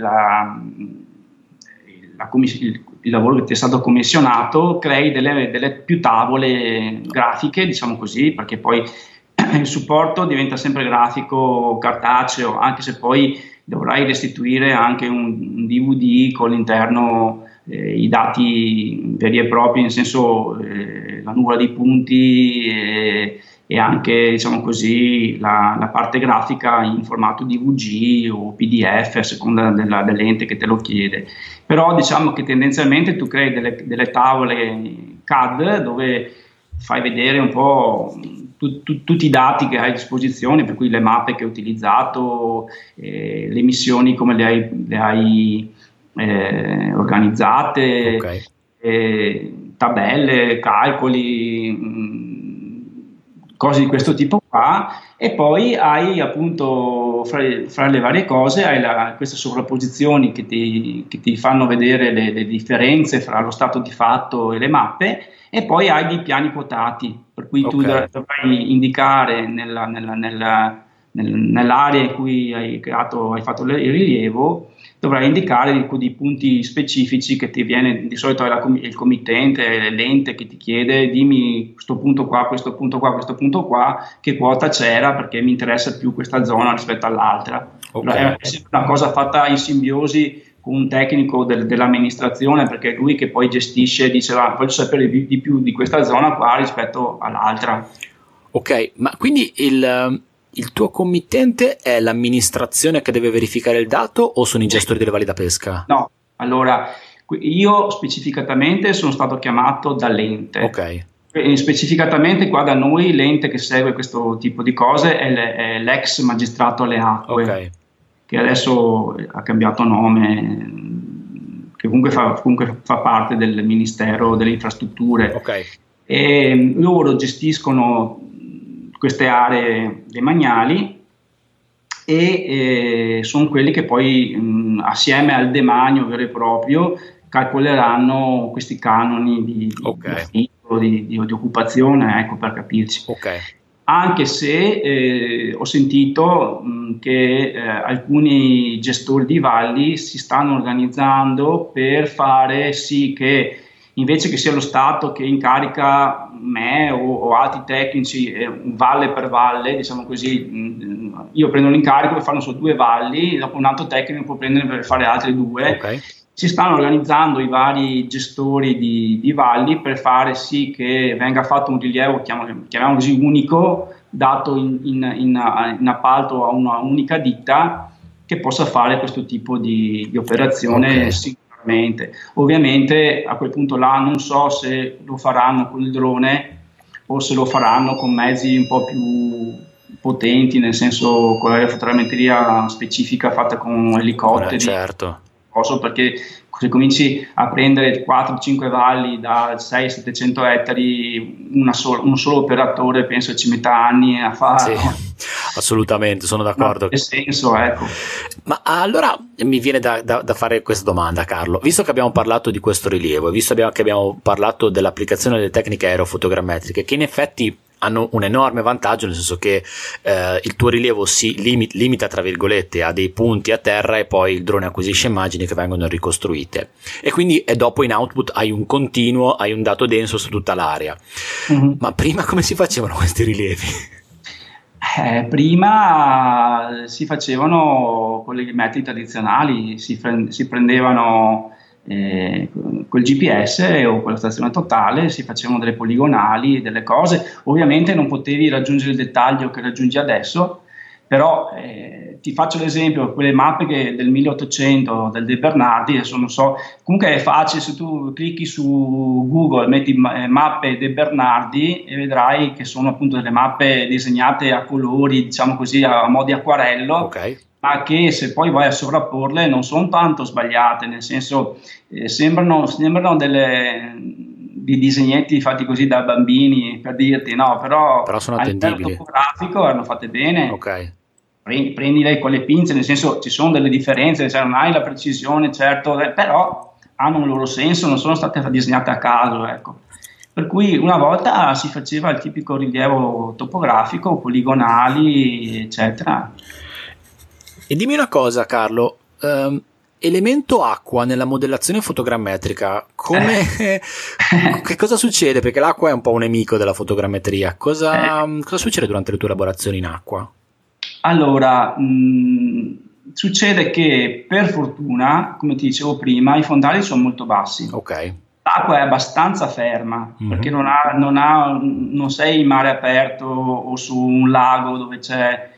il lavoro che ti è stato commissionato, crei delle più tavole grafiche, diciamo così, perché poi il supporto diventa sempre grafico, cartaceo, anche se poi dovrai restituire anche un DVD con all'interno i dati veri e propri, nel senso la nuvola di punti e anche, diciamo così, la parte grafica in formato DVG o PDF a seconda dell'ente che te lo chiede. Però diciamo che tendenzialmente tu crei delle tavole CAD dove fai vedere un po' tutti i dati che hai a disposizione, per cui le mappe che hai utilizzato, le missioni come le hai organizzate, okay. Tabelle, calcoli, cose di questo tipo qua, e poi hai appunto fra le varie cose hai queste sovrapposizioni che ti fanno vedere le differenze fra lo stato di fatto e le mappe, e poi hai dei piani quotati, per cui tu dovrai indicare nell'area in cui hai fatto il rilievo, dovrai indicare dei punti specifici che ti viene, di solito è il committente, l'ente che ti chiede: dimmi questo punto qua, questo punto qua, questo punto qua, che quota c'era, perché mi interessa più questa zona rispetto all'altra. È sempre una cosa fatta in simbiosi con un tecnico dell'amministrazione, perché è lui che poi gestisce, dice voglio sapere di più di questa zona qua rispetto all'altra. Ok, ma quindi il tuo committente è l'amministrazione che deve verificare il dato o sono i gestori delle valli da pesca? No, allora io specificatamente sono stato chiamato dall'ente. Ok. E specificatamente qua da noi l'ente che segue questo tipo di cose è l'ex magistrato alle acque, che adesso ha cambiato nome, che comunque fa parte del Ministero delle Infrastrutture. E loro gestiscono queste aree demaniali e sono quelli che poi assieme al demanio vero e proprio calcoleranno questi canoni di affitto, di occupazione, ecco, per capirci. Anche se ho sentito che alcuni gestori di valli si stanno organizzando per fare sì che, invece che sia lo Stato che incarica me o altri tecnici valle per valle, diciamo così, io prendo l'incarico per fare solo 2 valli, dopo un altro tecnico può prendere per fare altri 2. Si stanno organizzando i vari gestori di valli per fare sì che venga fatto un rilievo, chiamiamolo così, unico, dato in appalto a una unica ditta che possa fare questo tipo di operazione. Ovviamente a quel punto là non so se lo faranno con il drone o se lo faranno con mezzi un po' più potenti, nel senso con la fotogrammetria specifica fatta con elicotteri. Perché se cominci a prendere 4-5 valli da 600-700 ettari, un solo operatore penso ci metta anni a fare. Assolutamente, sono d'accordo. Nel senso, ecco. Ma allora mi viene da fare questa domanda, Carlo. Visto che abbiamo parlato di questo rilievo, visto che abbiamo parlato dell'applicazione delle tecniche aerofotogrammetriche, che in effetti hanno un enorme vantaggio, nel senso che il tuo rilievo si limita tra virgolette a dei punti a terra e poi il drone acquisisce immagini che vengono ricostruite, e quindi dopo in output hai un continuo, hai un dato denso su tutta l'area. Ma prima come si facevano questi rilievi? Prima si facevano con i metodi tradizionali, si prendevano col GPS o con la stazione totale, si facevano delle poligonali, delle cose. Ovviamente non potevi raggiungere il dettaglio che raggiungi adesso, però ti faccio l'esempio, quelle mappe del 1800 del De Bernardi, adesso non so, comunque è facile, se tu clicchi su Google, metti mappe De Bernardi e vedrai che sono appunto delle mappe disegnate a colori, diciamo così, a mo' di acquarello, ma che se poi vai a sovrapporle non sono tanto sbagliate, nel senso sembrano di disegnetti fatti così da bambini, per dirti, no, però sono attendibili. A livello topografico erano fatte bene. Prendile con le pinze, nel senso ci sono delle differenze, cioè non hai la precisione, certo, però hanno un loro senso, non sono state disegnate a caso, ecco. Per cui una volta si faceva il tipico rilievo topografico, poligonali, eccetera. E dimmi una cosa, Carlo, elemento acqua nella modellazione fotogrammetrica, che cosa succede? Perché l'acqua è un po' un nemico della fotogrammetria. Cosa succede durante le tue elaborazioni in acqua? Allora, succede che per fortuna, come ti dicevo prima, i fondali sono molto bassi. Ok. L'acqua è abbastanza ferma, perché non sei in mare aperto o su un lago dove c'è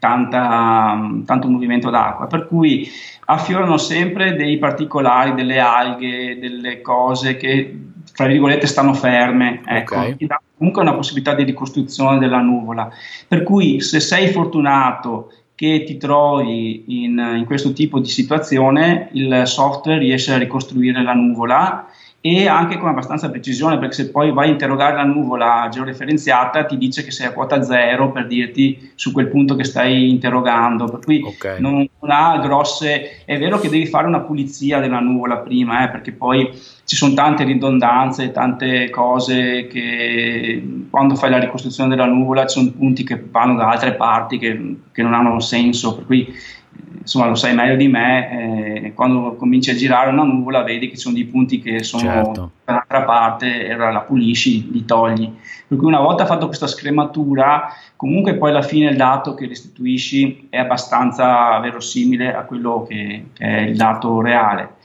tanto movimento d'acqua, per cui affiorano sempre dei particolari, delle alghe, delle cose che tra virgolette stanno ferme, ecco, Okay. ti dà comunque una possibilità di ricostruzione della nuvola, per cui se sei fortunato che ti trovi in questo tipo di situazione, il software riesce a ricostruire la nuvola e anche con abbastanza precisione, perché se poi vai a interrogare la nuvola georeferenziata ti dice che sei a quota zero, per dirti, su quel punto che stai interrogando, per cui Okay. non ha grosse. È vero che devi fare una pulizia della nuvola prima, perché poi ci sono tante ridondanze, tante cose che quando fai la ricostruzione della nuvola ci sono punti che vanno da altre parti che non hanno senso, per cui insomma lo sai meglio di me, quando cominci a girare una nuvola vedi che ci sono dei punti che sono Certo. da un'altra parte e allora la pulisci, li togli, per cui una volta fatto questa scrematura comunque poi alla fine il dato che restituisci è abbastanza verosimile a quello che è il dato reale.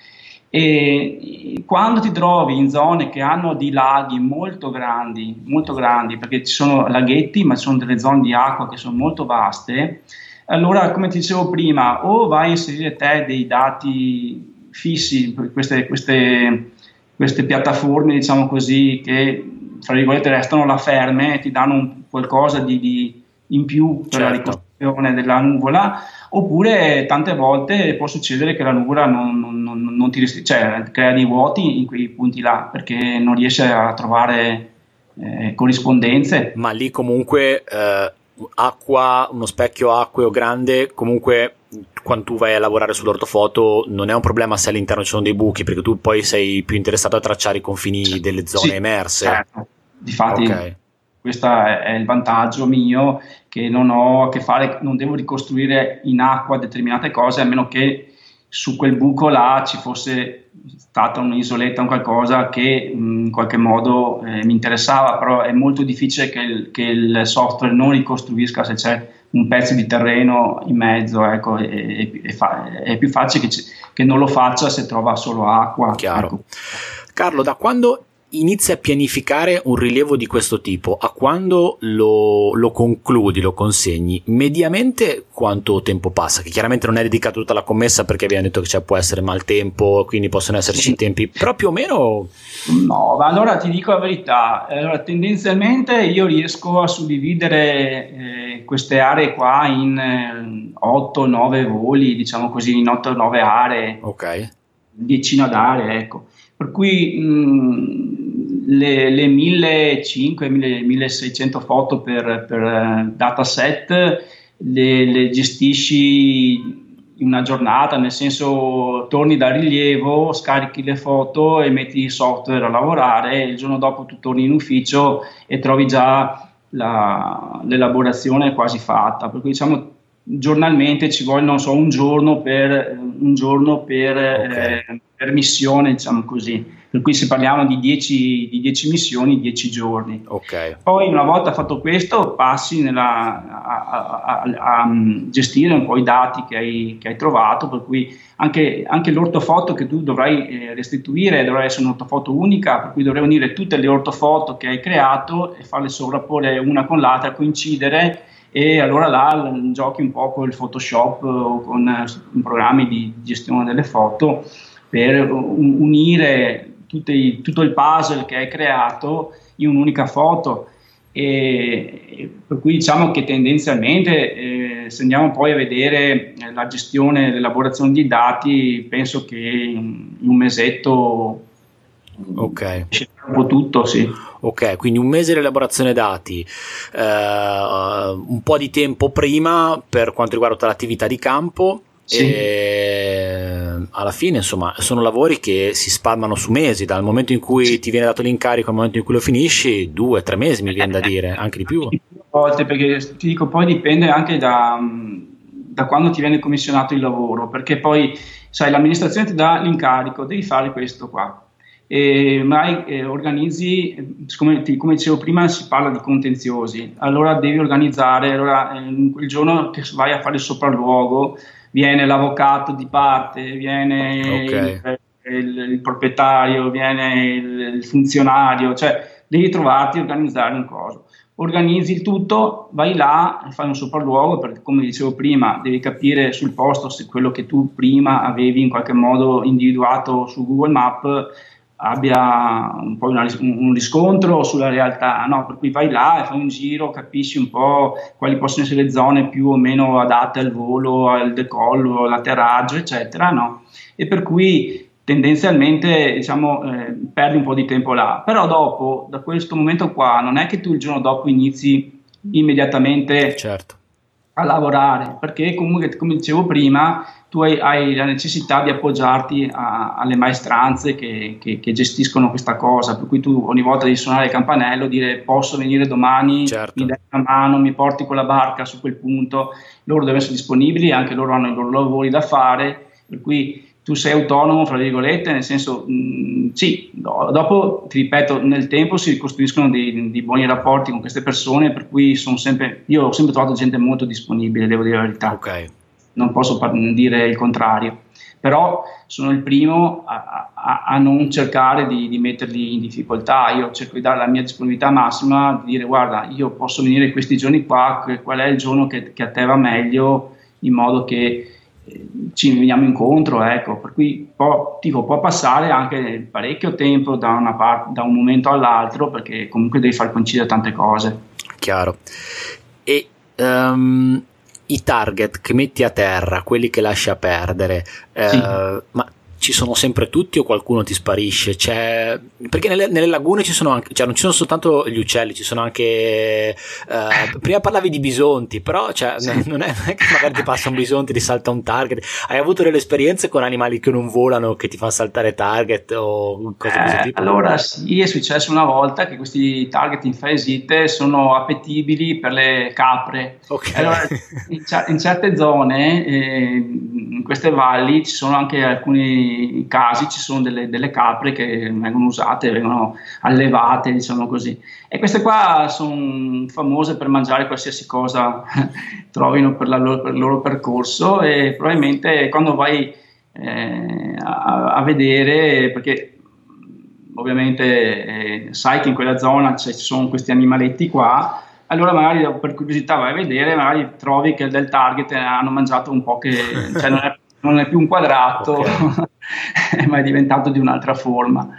E quando ti trovi in zone che hanno dei laghi molto grandi, perché ci sono laghetti ma ci sono delle zone di acqua che sono molto vaste, allora come ti dicevo prima, o vai a inserire te dei dati fissi, queste piattaforme, diciamo così, che fra virgolette restano là ferme e ti danno qualcosa di in più per la ricostruzione della nuvola, oppure tante volte può succedere che la nuvola non ti cioè crea dei vuoti in quei punti là perché non riesce a trovare corrispondenze. Ma lì comunque acqua, uno specchio acqueo grande, comunque quando tu vai a lavorare sull'ortofoto non è un problema se all'interno ci sono dei buchi, perché tu poi sei più interessato a tracciare i confini delle zone emerse. Certo. Difatti questo è il vantaggio mio, che non ho a che fare, non devo ricostruire in acqua determinate cose, a meno che su quel buco là ci fosse stata un'isoletta o qualcosa che in qualche modo mi interessava, però è molto difficile che il software non ricostruisca se c'è un pezzo di terreno in mezzo, ecco, è più facile che non lo faccia se trova solo acqua. Chiaro. Ecco. Carlo, da quando inizi a pianificare un rilievo di questo tipo a quando lo concludi, lo consegni, mediamente quanto tempo passa? Che chiaramente non è dedicato tutta la commessa, perché abbiamo detto che può essere maltempo, quindi possono esserci tempi, però più o meno. No, ma allora ti dico la verità, allora, tendenzialmente io riesco a suddividere queste aree qua in 8-9 voli, diciamo così, in 8-9 aree, decina d'aree, ecco. Per cui le 1500-1600 foto per dataset le gestisci in una giornata, nel senso torni da rilievo, scarichi le foto e metti il software a lavorare, e il giorno dopo tu torni in ufficio e trovi già l'elaborazione quasi fatta, per cui diciamo giornalmente ci vuole, non so, un giorno per missione, diciamo così, per cui se parliamo di 10 missioni, 10 giorni. Poi una volta fatto questo passi a gestire un po' i dati che hai trovato, per cui anche l'ortofoto che tu dovrai restituire dovrà essere un'ortofoto unica, per cui dovrai unire tutte le ortofoto che hai creato e farle sovrapporre una con l'altra, coincidere, e allora là giochi un po' con il Photoshop o con programmi di gestione delle foto per unire tutto il puzzle che hai creato in un'unica foto, e per cui diciamo che tendenzialmente se andiamo poi a vedere la gestione, l'elaborazione di dati, penso che in un mesetto esce un po' tutto, sì. Ok, quindi un mese di elaborazione dati, un po' di tempo prima per quanto riguarda tutta l'attività di campo, e alla fine insomma sono lavori che si spalmano su mesi, dal momento in cui ti viene dato l'incarico al momento in cui lo finisci, 2-3 mesi mi viene da dire, anche di più. Volte, perché ti dico, poi dipende anche da quando ti viene commissionato il lavoro, perché poi sai, l'amministrazione ti dà l'incarico, devi fare questo qua, e magari organizzi, come dicevo prima, si parla di contenziosi, allora devi organizzare, allora il giorno che vai a fare il sopralluogo viene l'avvocato di parte, viene il proprietario, viene il funzionario, cioè devi trovarti, organizzare un coso. Organizzi il tutto, vai là, fai un sopralluogo, perché come dicevo prima devi capire sul posto se quello che tu prima avevi in qualche modo individuato su Google Map abbia un po' un riscontro sulla realtà, no? Per cui vai là e fai un giro, capisci un po' quali possono essere le zone più o meno adatte al volo, al decollo, all'atterraggio, eccetera, no? E per cui tendenzialmente diciamo perdi un po' di tempo là, però dopo, da questo momento qua, non è che tu il giorno dopo inizi immediatamente a lavorare, perché comunque, come dicevo prima, tu hai la necessità di appoggiarti alle maestranze che gestiscono questa cosa, per cui tu ogni volta devi suonare il campanello, dire posso venire domani, mi dai una mano, mi porti con la barca su quel punto, loro devono essere disponibili, anche loro hanno i loro lavori da fare, per cui tu sei autonomo, fra virgolette, nel senso, sì, dopo, ti ripeto, nel tempo si ricostruiscono dei buoni rapporti con queste persone, per cui io ho sempre trovato gente molto disponibile, devo dire la verità, non posso dire il contrario, però sono il primo a non cercare di metterli in difficoltà, io cerco di dare la mia disponibilità massima, di dire guarda, io posso venire questi giorni qua, qual è il giorno che a te va meglio, in modo che ci veniamo incontro, ecco, per cui può passare anche parecchio tempo da un momento all'altro, perché comunque devi far coincidere tante cose. Chiaro. E i target che metti a terra, quelli che lasci a perdere, ma ci sono sempre tutti o qualcuno ti sparisce? Perché nelle lagune ci sono anche, cioè non ci sono soltanto gli uccelli, ci sono anche prima parlavi di bisonti, però non è che magari ti passa un bisonte, ti salta un target. Hai avuto delle esperienze con animali che non volano, che ti fanno saltare target o cose di questo tipo? Allora sì, è successo una volta che questi target infaesite sono appetibili per le capre. Allora, in certe zone, in queste valli, ci sono anche alcuni casi, ci sono delle capre che vengono usate, vengono allevate, diciamo così, e queste qua sono famose per mangiare qualsiasi cosa trovino per il loro percorso, e probabilmente quando vai a vedere, perché ovviamente sai che in quella zona ci sono questi animaletti qua, allora magari per curiosità vai a vedere, magari trovi che del target hanno mangiato un po', che cioè non è più un quadrato, ma è diventato di un'altra forma.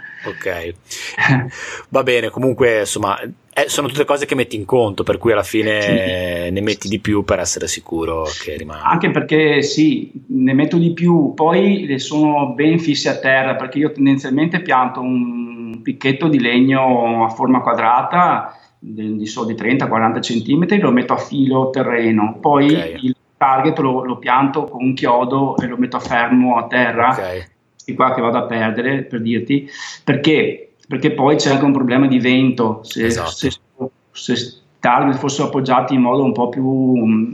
Va bene, comunque insomma sono tutte cose che metti in conto, per cui alla fine ne metti di più per essere sicuro che rimanga. Anche perché sì, ne metto di più, poi sono ben fissi a terra, perché io tendenzialmente pianto un picchetto di legno a forma quadrata di 30-40 centimetri, lo metto a filo terreno, poi il target lo pianto con un chiodo e lo metto a fermo a terra, questi qua che vado a perdere, per dirti, perché poi c'è anche un problema di vento, se target fossero appoggiati in modo un po' più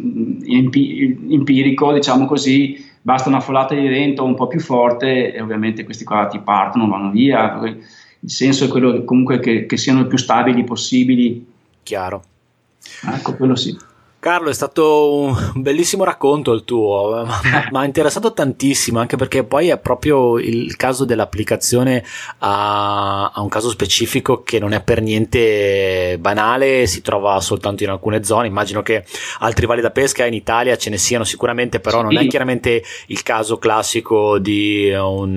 empirico, diciamo così, basta una folata di vento un po' più forte e ovviamente questi qua ti partono, vanno via. Il senso è quello comunque che siano il più stabili possibili. Chiaro. Ecco, quello sì. Carlo, è stato un bellissimo racconto il tuo, ma ha interessato tantissimo, anche perché poi è proprio il caso dell'applicazione a un caso specifico che non è per niente banale, si trova soltanto in alcune zone. Immagino che altri valli da pesca in Italia ce ne siano sicuramente, però non è chiaramente il caso classico di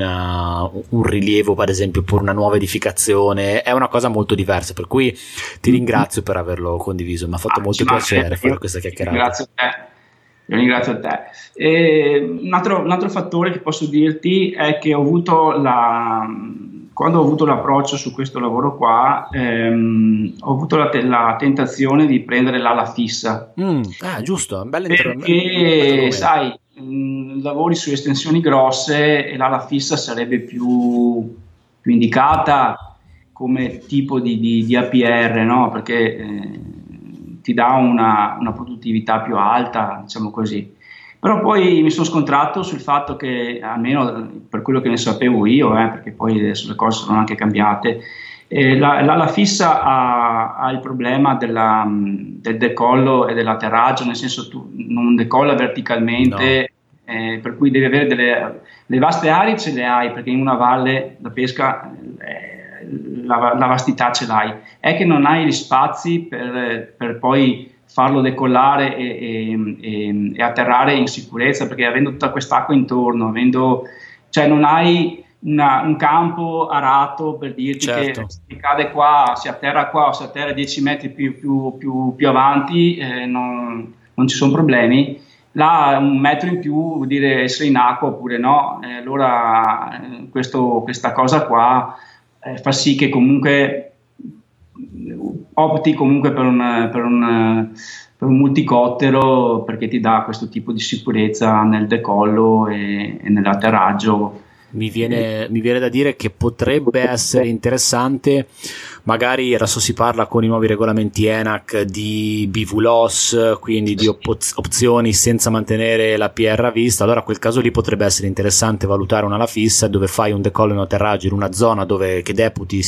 un rilievo, per esempio, per una nuova edificazione. È una cosa molto diversa, per cui ti ringrazio per averlo condiviso, mi ha fatto molto piacere fare questa chiacchierata. Ringrazio a te. Un altro fattore che posso dirti è che quando ho avuto l'approccio su questo lavoro qua, ho avuto la tentazione di prendere l'ala fissa. Giusto, perché sai, lavori su estensioni grosse e l'ala fissa sarebbe più indicata come tipo di APR, no? Perché ti dà una produttività più alta, diciamo così. Però poi mi sono scontrato sul fatto che, almeno per quello che ne sapevo io, perché poi adesso le cose sono anche cambiate, l'ala fissa ha il problema del decollo e dell'atterraggio, nel senso tu non decolla verticalmente, per cui devi avere le vaste aree, ce le hai, perché in una valle da pesca la vastità ce l'hai, è che non hai gli spazi per poi farlo decollare e atterrare in sicurezza, perché avendo tutta quest'acqua intorno, cioè non hai un campo arato per dirti certo. che si cade qua, si atterra qua o si atterra 10 metri più avanti, non ci sono problemi. Là un metro in più vuol dire essere in acqua oppure no, allora questa cosa qua fa sì che comunque opti comunque per un multicottero, perché ti dà questo tipo di sicurezza nel decollo e nell'atterraggio. Mi viene da dire che potrebbe essere interessante, magari adesso si parla con i nuovi regolamenti ENAC di BVLOS, quindi di opzioni senza mantenere la PR a vista. Allora a quel caso lì potrebbe essere interessante valutare una ala fissa dove fai un decollo e un atterraggio in una zona che reputi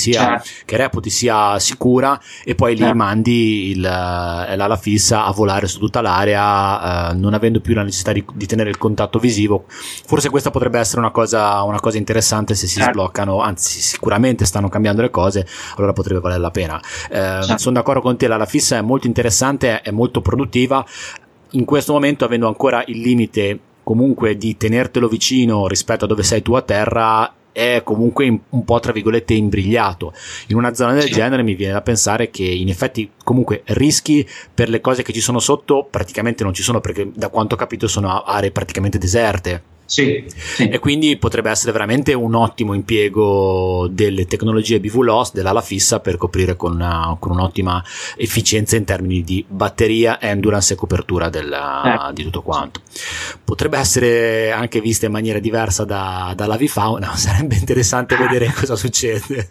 sia sicura, e poi lì mandi l'ala fissa a volare su tutta l'area, non avendo più la necessità di tenere il contatto visivo. Forse questa potrebbe essere una cosa interessante se si sbloccano, anzi sicuramente stanno cambiando le cose, allora potrebbe valere la pena. Sono d'accordo con te, l'ala fissa è molto interessante, è molto produttiva in questo momento, avendo ancora il limite comunque di tenertelo vicino rispetto a dove sei tu a terra, è comunque un po' tra virgolette imbrigliato. In una zona del genere mi viene da pensare che in effetti comunque rischi per le cose che ci sono sotto praticamente non ci sono, perché da quanto ho capito sono aree praticamente deserte. Sì. E quindi potrebbe essere veramente un ottimo impiego delle tecnologie BVLOS, dell'ala fissa, per coprire con un'ottima efficienza in termini di batteria, endurance e copertura di tutto quanto. Potrebbe essere anche vista in maniera diversa dall'avifauna, sarebbe interessante vedere cosa succede.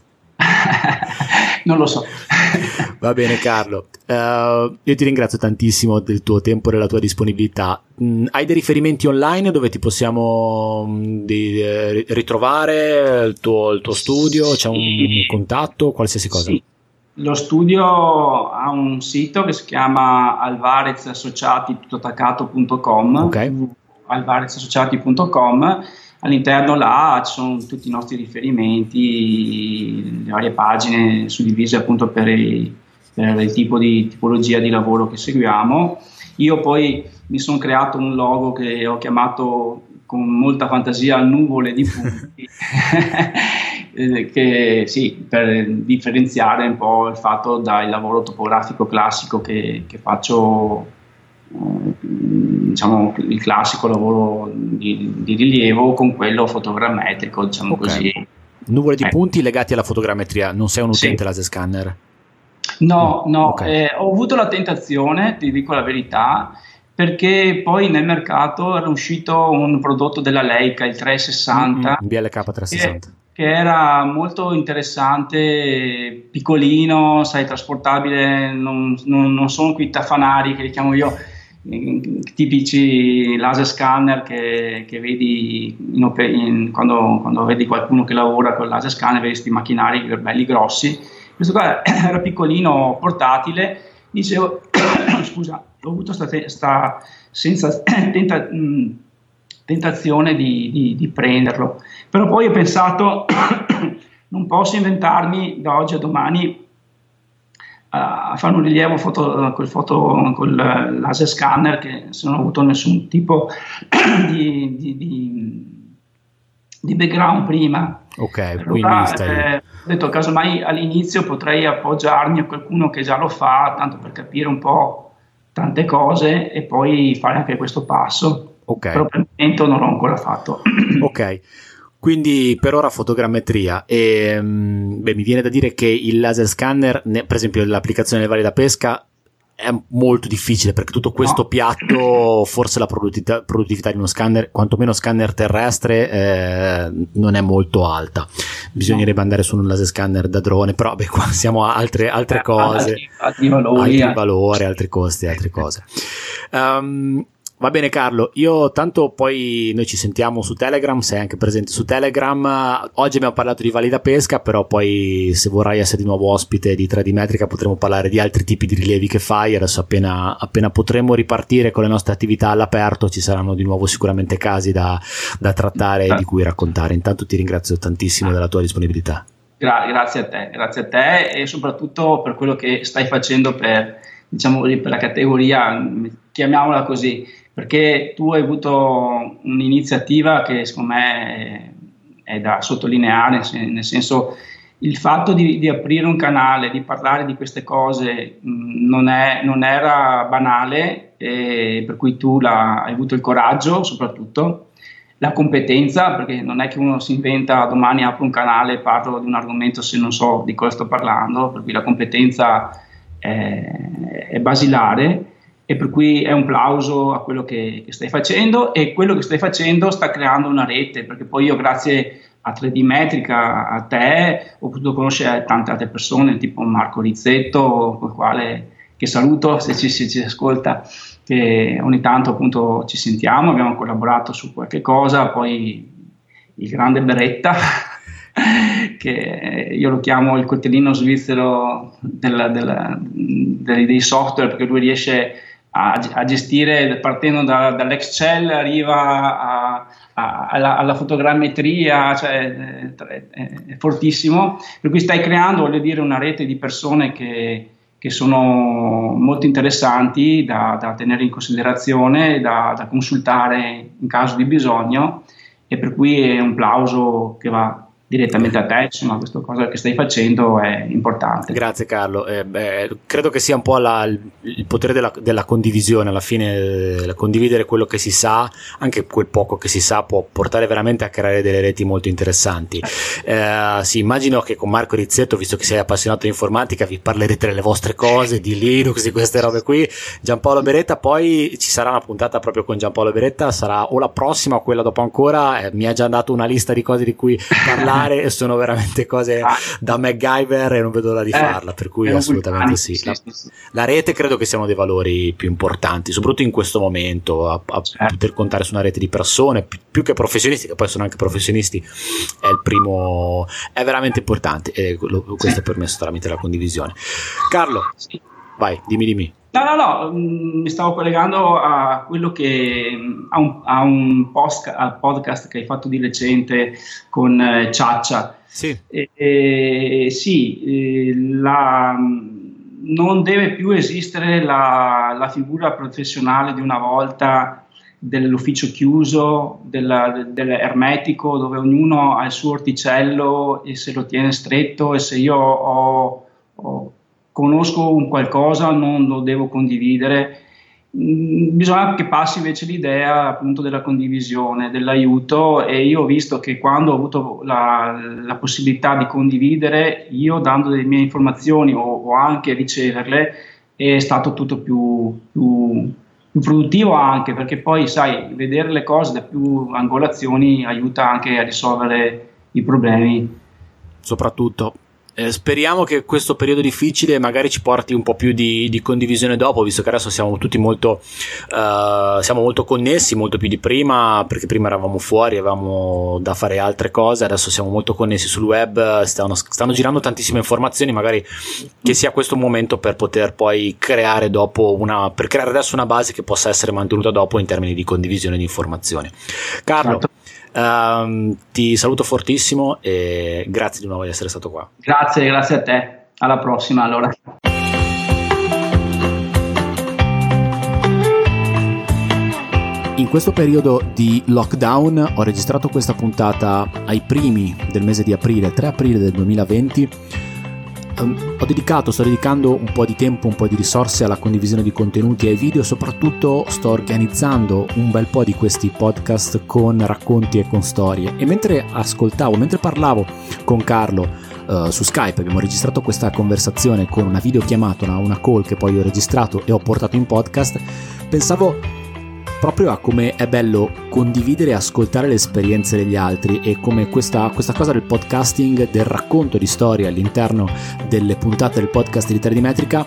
Non lo so. Va bene Carlo, io ti ringrazio tantissimo del tuo tempo e della tua disponibilità. Hai dei riferimenti online dove ti possiamo ritrovare il tuo studio? C'è un contatto, qualsiasi cosa? Sì. Lo studio ha un sito che si chiama alvarezassociati.com, okay. alvarezassociati.com. All'interno là ci sono tutti i nostri riferimenti, le varie pagine suddivise appunto per il tipologia di lavoro che seguiamo. Io poi mi sono creato un logo che ho chiamato con molta fantasia nuvole di punti, che sì, per differenziare un po' il fatto dal lavoro topografico classico che faccio, diciamo il classico lavoro di rilievo, con quello fotogrammetrico, diciamo così. Nuvole di punti legati alla fotogrammetria. Non sei un utente laser scanner? No. Ho avuto la tentazione, ti dico la verità, perché poi nel mercato era uscito un prodotto della Leica, il 360, BLK 360, che era molto interessante, piccolino, sai, trasportabile, non sono quei tafanari che li chiamo io, tipici laser scanner che vedi quando vedi qualcuno che lavora con il laser scanner, vedi questi macchinari belli grossi. Questo qua era piccolino, portatile. Dicevo, scusa, ho avuto senza tentazione di prenderlo, però poi ho pensato non posso inventarmi da oggi a domani a fare un rilievo col laser scanner, che se non ho avuto nessun tipo di background prima. Ok, allora, quindi stai... ho detto casomai all'inizio potrei appoggiarmi a qualcuno che già lo fa, tanto per capire un po' tante cose e poi fare anche questo passo. Però per il momento non l'ho ancora fatto. Ok, quindi per ora fotogrammetria. E mi viene da dire che il laser scanner, per esempio l'applicazione nelle valli da pesca, è molto difficile, perché tutto questo piatto, forse la produttività di uno scanner, quantomeno scanner terrestre, non è molto alta. Bisognerebbe andare su un laser scanner da drone, però qua siamo a altre cose, altri valori, altri costi, altre cose. Va bene Carlo, io tanto poi noi ci sentiamo su Telegram, sei anche presente su Telegram. Oggi abbiamo parlato di valida pesca, però poi se vorrai essere di nuovo ospite di 3D Metrica potremo parlare di altri tipi di rilievi che fai. Adesso appena potremo ripartire con le nostre attività all'aperto ci saranno di nuovo sicuramente casi da trattare e di cui raccontare. Intanto ti ringrazio tantissimo della tua disponibilità. Grazie a te e soprattutto per quello che stai facendo per la categoria, chiamiamola così, perché tu hai avuto un'iniziativa che secondo me è da sottolineare, nel senso, il fatto di aprire un canale, di parlare di queste cose non era banale, per cui tu hai avuto il coraggio, soprattutto la competenza, perché non è che uno si inventa domani apro un canale e parlo di un argomento se non so di cosa sto parlando, per cui la competenza è basilare, e per cui è un plauso a quello che stai facendo, e quello che stai facendo sta creando una rete, perché poi io grazie a 3D Metrica, a te, ho potuto conoscere tante altre persone tipo Marco Rizzetto, col quale che saluto se ci ascolta, che ogni tanto appunto ci sentiamo, abbiamo collaborato su qualche cosa, poi il grande Beretta che io lo chiamo il coltellino svizzero dei software, perché lui riesce a gestire, partendo dall'Excel arriva alla fotogrammetria, cioè è fortissimo, per cui stai creando, voglio dire, una rete di persone che sono molto interessanti da tenere in considerazione, da consultare in caso di bisogno, e per cui è un plauso che va direttamente a te. Insomma, questa cosa che stai facendo è importante. Grazie Carlo, credo che sia un po' il potere della condivisione. Alla fine condividere quello che si sa, anche quel poco che si sa, può portare veramente a creare delle reti molto interessanti. Sì, immagino che con Marco Rizzetto, visto che sei appassionato di informatica, vi parlerete delle vostre cose, di Linux, di queste robe qui. Giampaolo Beretta, poi ci sarà una puntata proprio con Giampaolo Beretta, sarà o la prossima o quella dopo ancora. Mi ha già dato una lista di cose di cui parlare e sono veramente cose da MacGyver e non vedo l'ora di farla, per cui assolutamente sì. La rete credo che sia uno dei valori più importanti, soprattutto in questo momento, a poter contare su una rete di persone più che professionisti, che poi sono anche professionisti, è veramente importante, e questo è permesso tramite la condivisione. Carlo, vai, dimmi. No, mi stavo collegando a quello che a un podcast che hai fatto di recente con Ciaccia. Sì. Non deve più esistere la figura professionale di una volta, dell'ufficio chiuso, dell'ermetico, dove ognuno ha il suo orticello e se lo tiene stretto, e se io conosco un qualcosa non lo devo condividere. Bisogna che passi invece l'idea appunto della condivisione, dell'aiuto, e io ho visto che quando ho avuto la possibilità di condividere, io dando le mie informazioni o anche riceverle, è stato tutto più produttivo, anche perché poi sai, vedere le cose da più angolazioni aiuta anche a risolvere i problemi. Soprattutto speriamo che questo periodo difficile magari ci porti un po' più di condivisione dopo, visto che adesso siamo tutti molto connessi, molto più di prima, perché prima eravamo fuori, avevamo da fare altre cose, adesso siamo molto connessi sul web, stanno girando tantissime informazioni, magari che sia questo momento per poter poi creare adesso una base che possa essere mantenuta dopo in termini di condivisione di informazioni. Carlo, ti saluto fortissimo e grazie di nuovo di essere stato qua. Grazie a te, alla prossima allora. In questo periodo di lockdown ho registrato questa puntata ai primi del mese di aprile, 3 aprile del 2020. Sto dedicando un po' di tempo, un po' di risorse alla condivisione di contenuti e ai video, soprattutto sto organizzando un bel po' di questi podcast con racconti e con storie, e mentre parlavo con Carlo su Skype, abbiamo registrato questa conversazione con una videochiamata, una call che poi ho registrato e ho portato in podcast, pensavo proprio a come è bello condividere e ascoltare le esperienze degli altri, e come questa cosa del podcasting, del racconto di storie all'interno delle puntate del podcast di 3D Metrica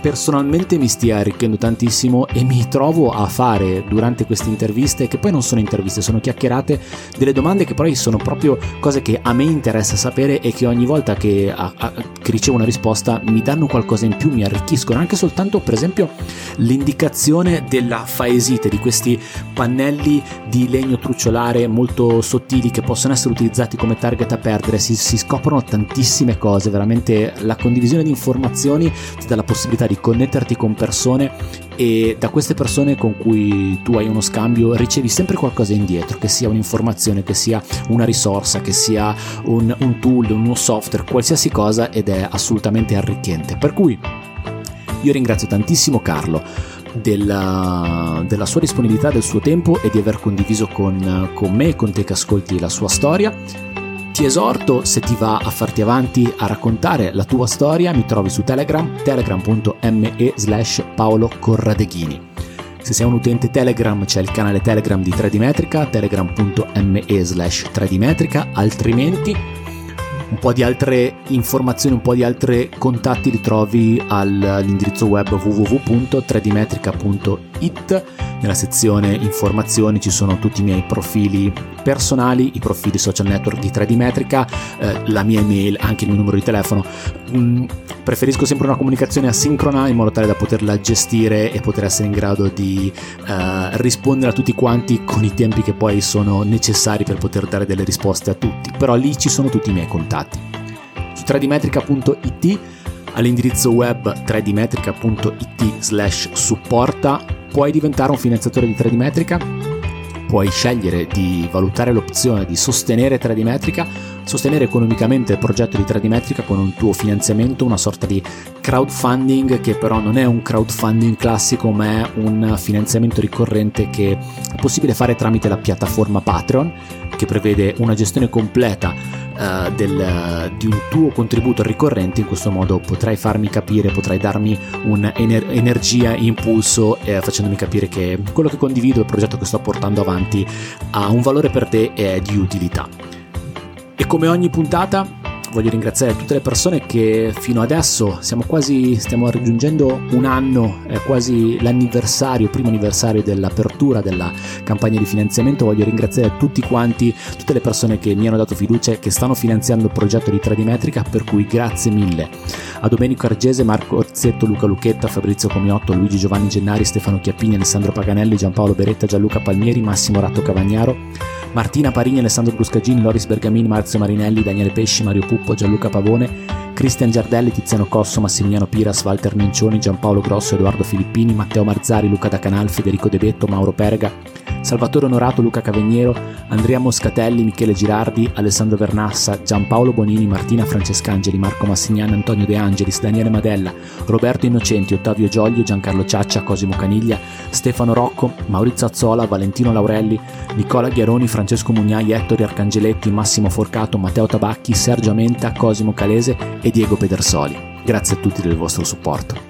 personalmente mi stia arricchendo tantissimo e mi trovo a fare durante queste interviste, che poi non sono interviste, sono chiacchierate, delle domande che poi sono proprio cose che a me interessa sapere e che ogni volta che ricevo una risposta mi danno qualcosa in più, mi arricchiscono. Anche soltanto, per esempio, l'indicazione della faesite, di questi pannelli di legno trucciolare molto sottili che possono essere utilizzati come target a perdere, si scoprono tantissime cose. Veramente la condivisione di informazioni ti dà la possibilità di connetterti con persone, e da queste persone con cui tu hai uno scambio ricevi sempre qualcosa indietro, che sia un'informazione, che sia una risorsa, che sia un tool, uno software, qualsiasi cosa, ed è assolutamente arricchente. Per cui io ringrazio tantissimo Carlo della sua disponibilità, del suo tempo e di aver condiviso con me e con te che ascolti la sua storia. Ti esorto, se ti va, a farti avanti a raccontare la tua storia. Mi trovi su Telegram, telegram.me/Paolo Corradeghini. Se sei un utente Telegram, c'è il canale Telegram di 3D Metrica, telegram.me/3dmetrica, altrimenti un po' di altre informazioni, un po' di altri contatti li trovi all'indirizzo web www.3dmetrica.it. Nella sezione informazioni ci sono tutti i miei profili personali, i profili social network di 3D Metrica, la mia email, anche il mio numero di telefono. Preferisco sempre una comunicazione asincrona in modo tale da poterla gestire e poter essere in grado di rispondere a tutti quanti con i tempi che poi sono necessari per poter dare delle risposte a tutti. Però lì ci sono tutti i miei contatti. Su 3dmetrica.it, all'indirizzo web 3dmetrica.it/supporta, puoi diventare un finanziatore di 3D Metrica, puoi scegliere di valutare l'opzione di sostenere 3D Metrica, sostenere economicamente il progetto di 3D Metrica con un tuo finanziamento, una sorta di crowdfunding, che però non è un crowdfunding classico, ma è un finanziamento ricorrente che è possibile fare tramite la piattaforma Patreon, che prevede una gestione completa di un tuo contributo ricorrente. In questo modo potrai farmi capire, potrai darmi un'energia, impulso, facendomi capire che quello che condivido, il progetto che sto portando avanti, ha un valore per te e è di utilità. E come ogni puntata voglio ringraziare tutte le persone che fino adesso stiamo raggiungendo un anno, è quasi l'anniversario, primo anniversario dell'apertura della campagna di finanziamento. Voglio ringraziare tutti quanti, tutte le persone che mi hanno dato fiducia e che stanno finanziando il progetto di 3D Metrica, per cui grazie mille a Domenico Argese, Marco Orzetto, Luca Lucchetta, Fabrizio Comiotto, Luigi Giovanni Gennari, Stefano Chiappini, Alessandro Paganelli, Giampaolo Beretta, Gianluca Palmieri, Massimo Ratto Cavagnaro, Martina Parini, Alessandro Bruscagini, Loris Bergamini, Marzio Marinelli, Daniele Pesci, Mario Puppo, Gianluca Pavone, Cristian Giardelli, Tiziano Cosso, Massimiliano Piras, Walter Mencioni, Giampaolo Grosso, Edoardo Filippini, Matteo Marzari, Luca Da Canal, Federico De Betto, Mauro Perga, Salvatore Onorato, Luca Cavegniero, Andrea Moscatelli, Michele Girardi, Alessandro Vernassa, Giampaolo Bonini, Martina Francescangeli, Marco Massignani, Antonio De Angelis, Daniele Madella, Roberto Innocenti, Ottavio Gioglio, Giancarlo Ciaccia, Cosimo Caniglia, Stefano Rocco, Maurizio Azzola, Valentino Laurelli, Nicola Ghiaroni, Francesco Mugnai, Ettore Arcangeletti, Massimo Forcato, Matteo Tabacchi, Sergio Amenta, Cosimo Calese e Diego Pedersoli. Grazie a tutti del vostro supporto.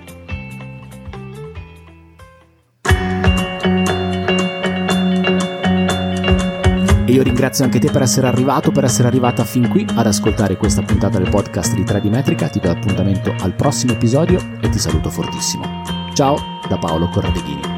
E io ringrazio anche te per essere arrivata fin qui ad ascoltare questa puntata del podcast di 3D Metrica. Ti do appuntamento al prossimo episodio e ti saluto fortissimo. Ciao da Paolo Corradeghini.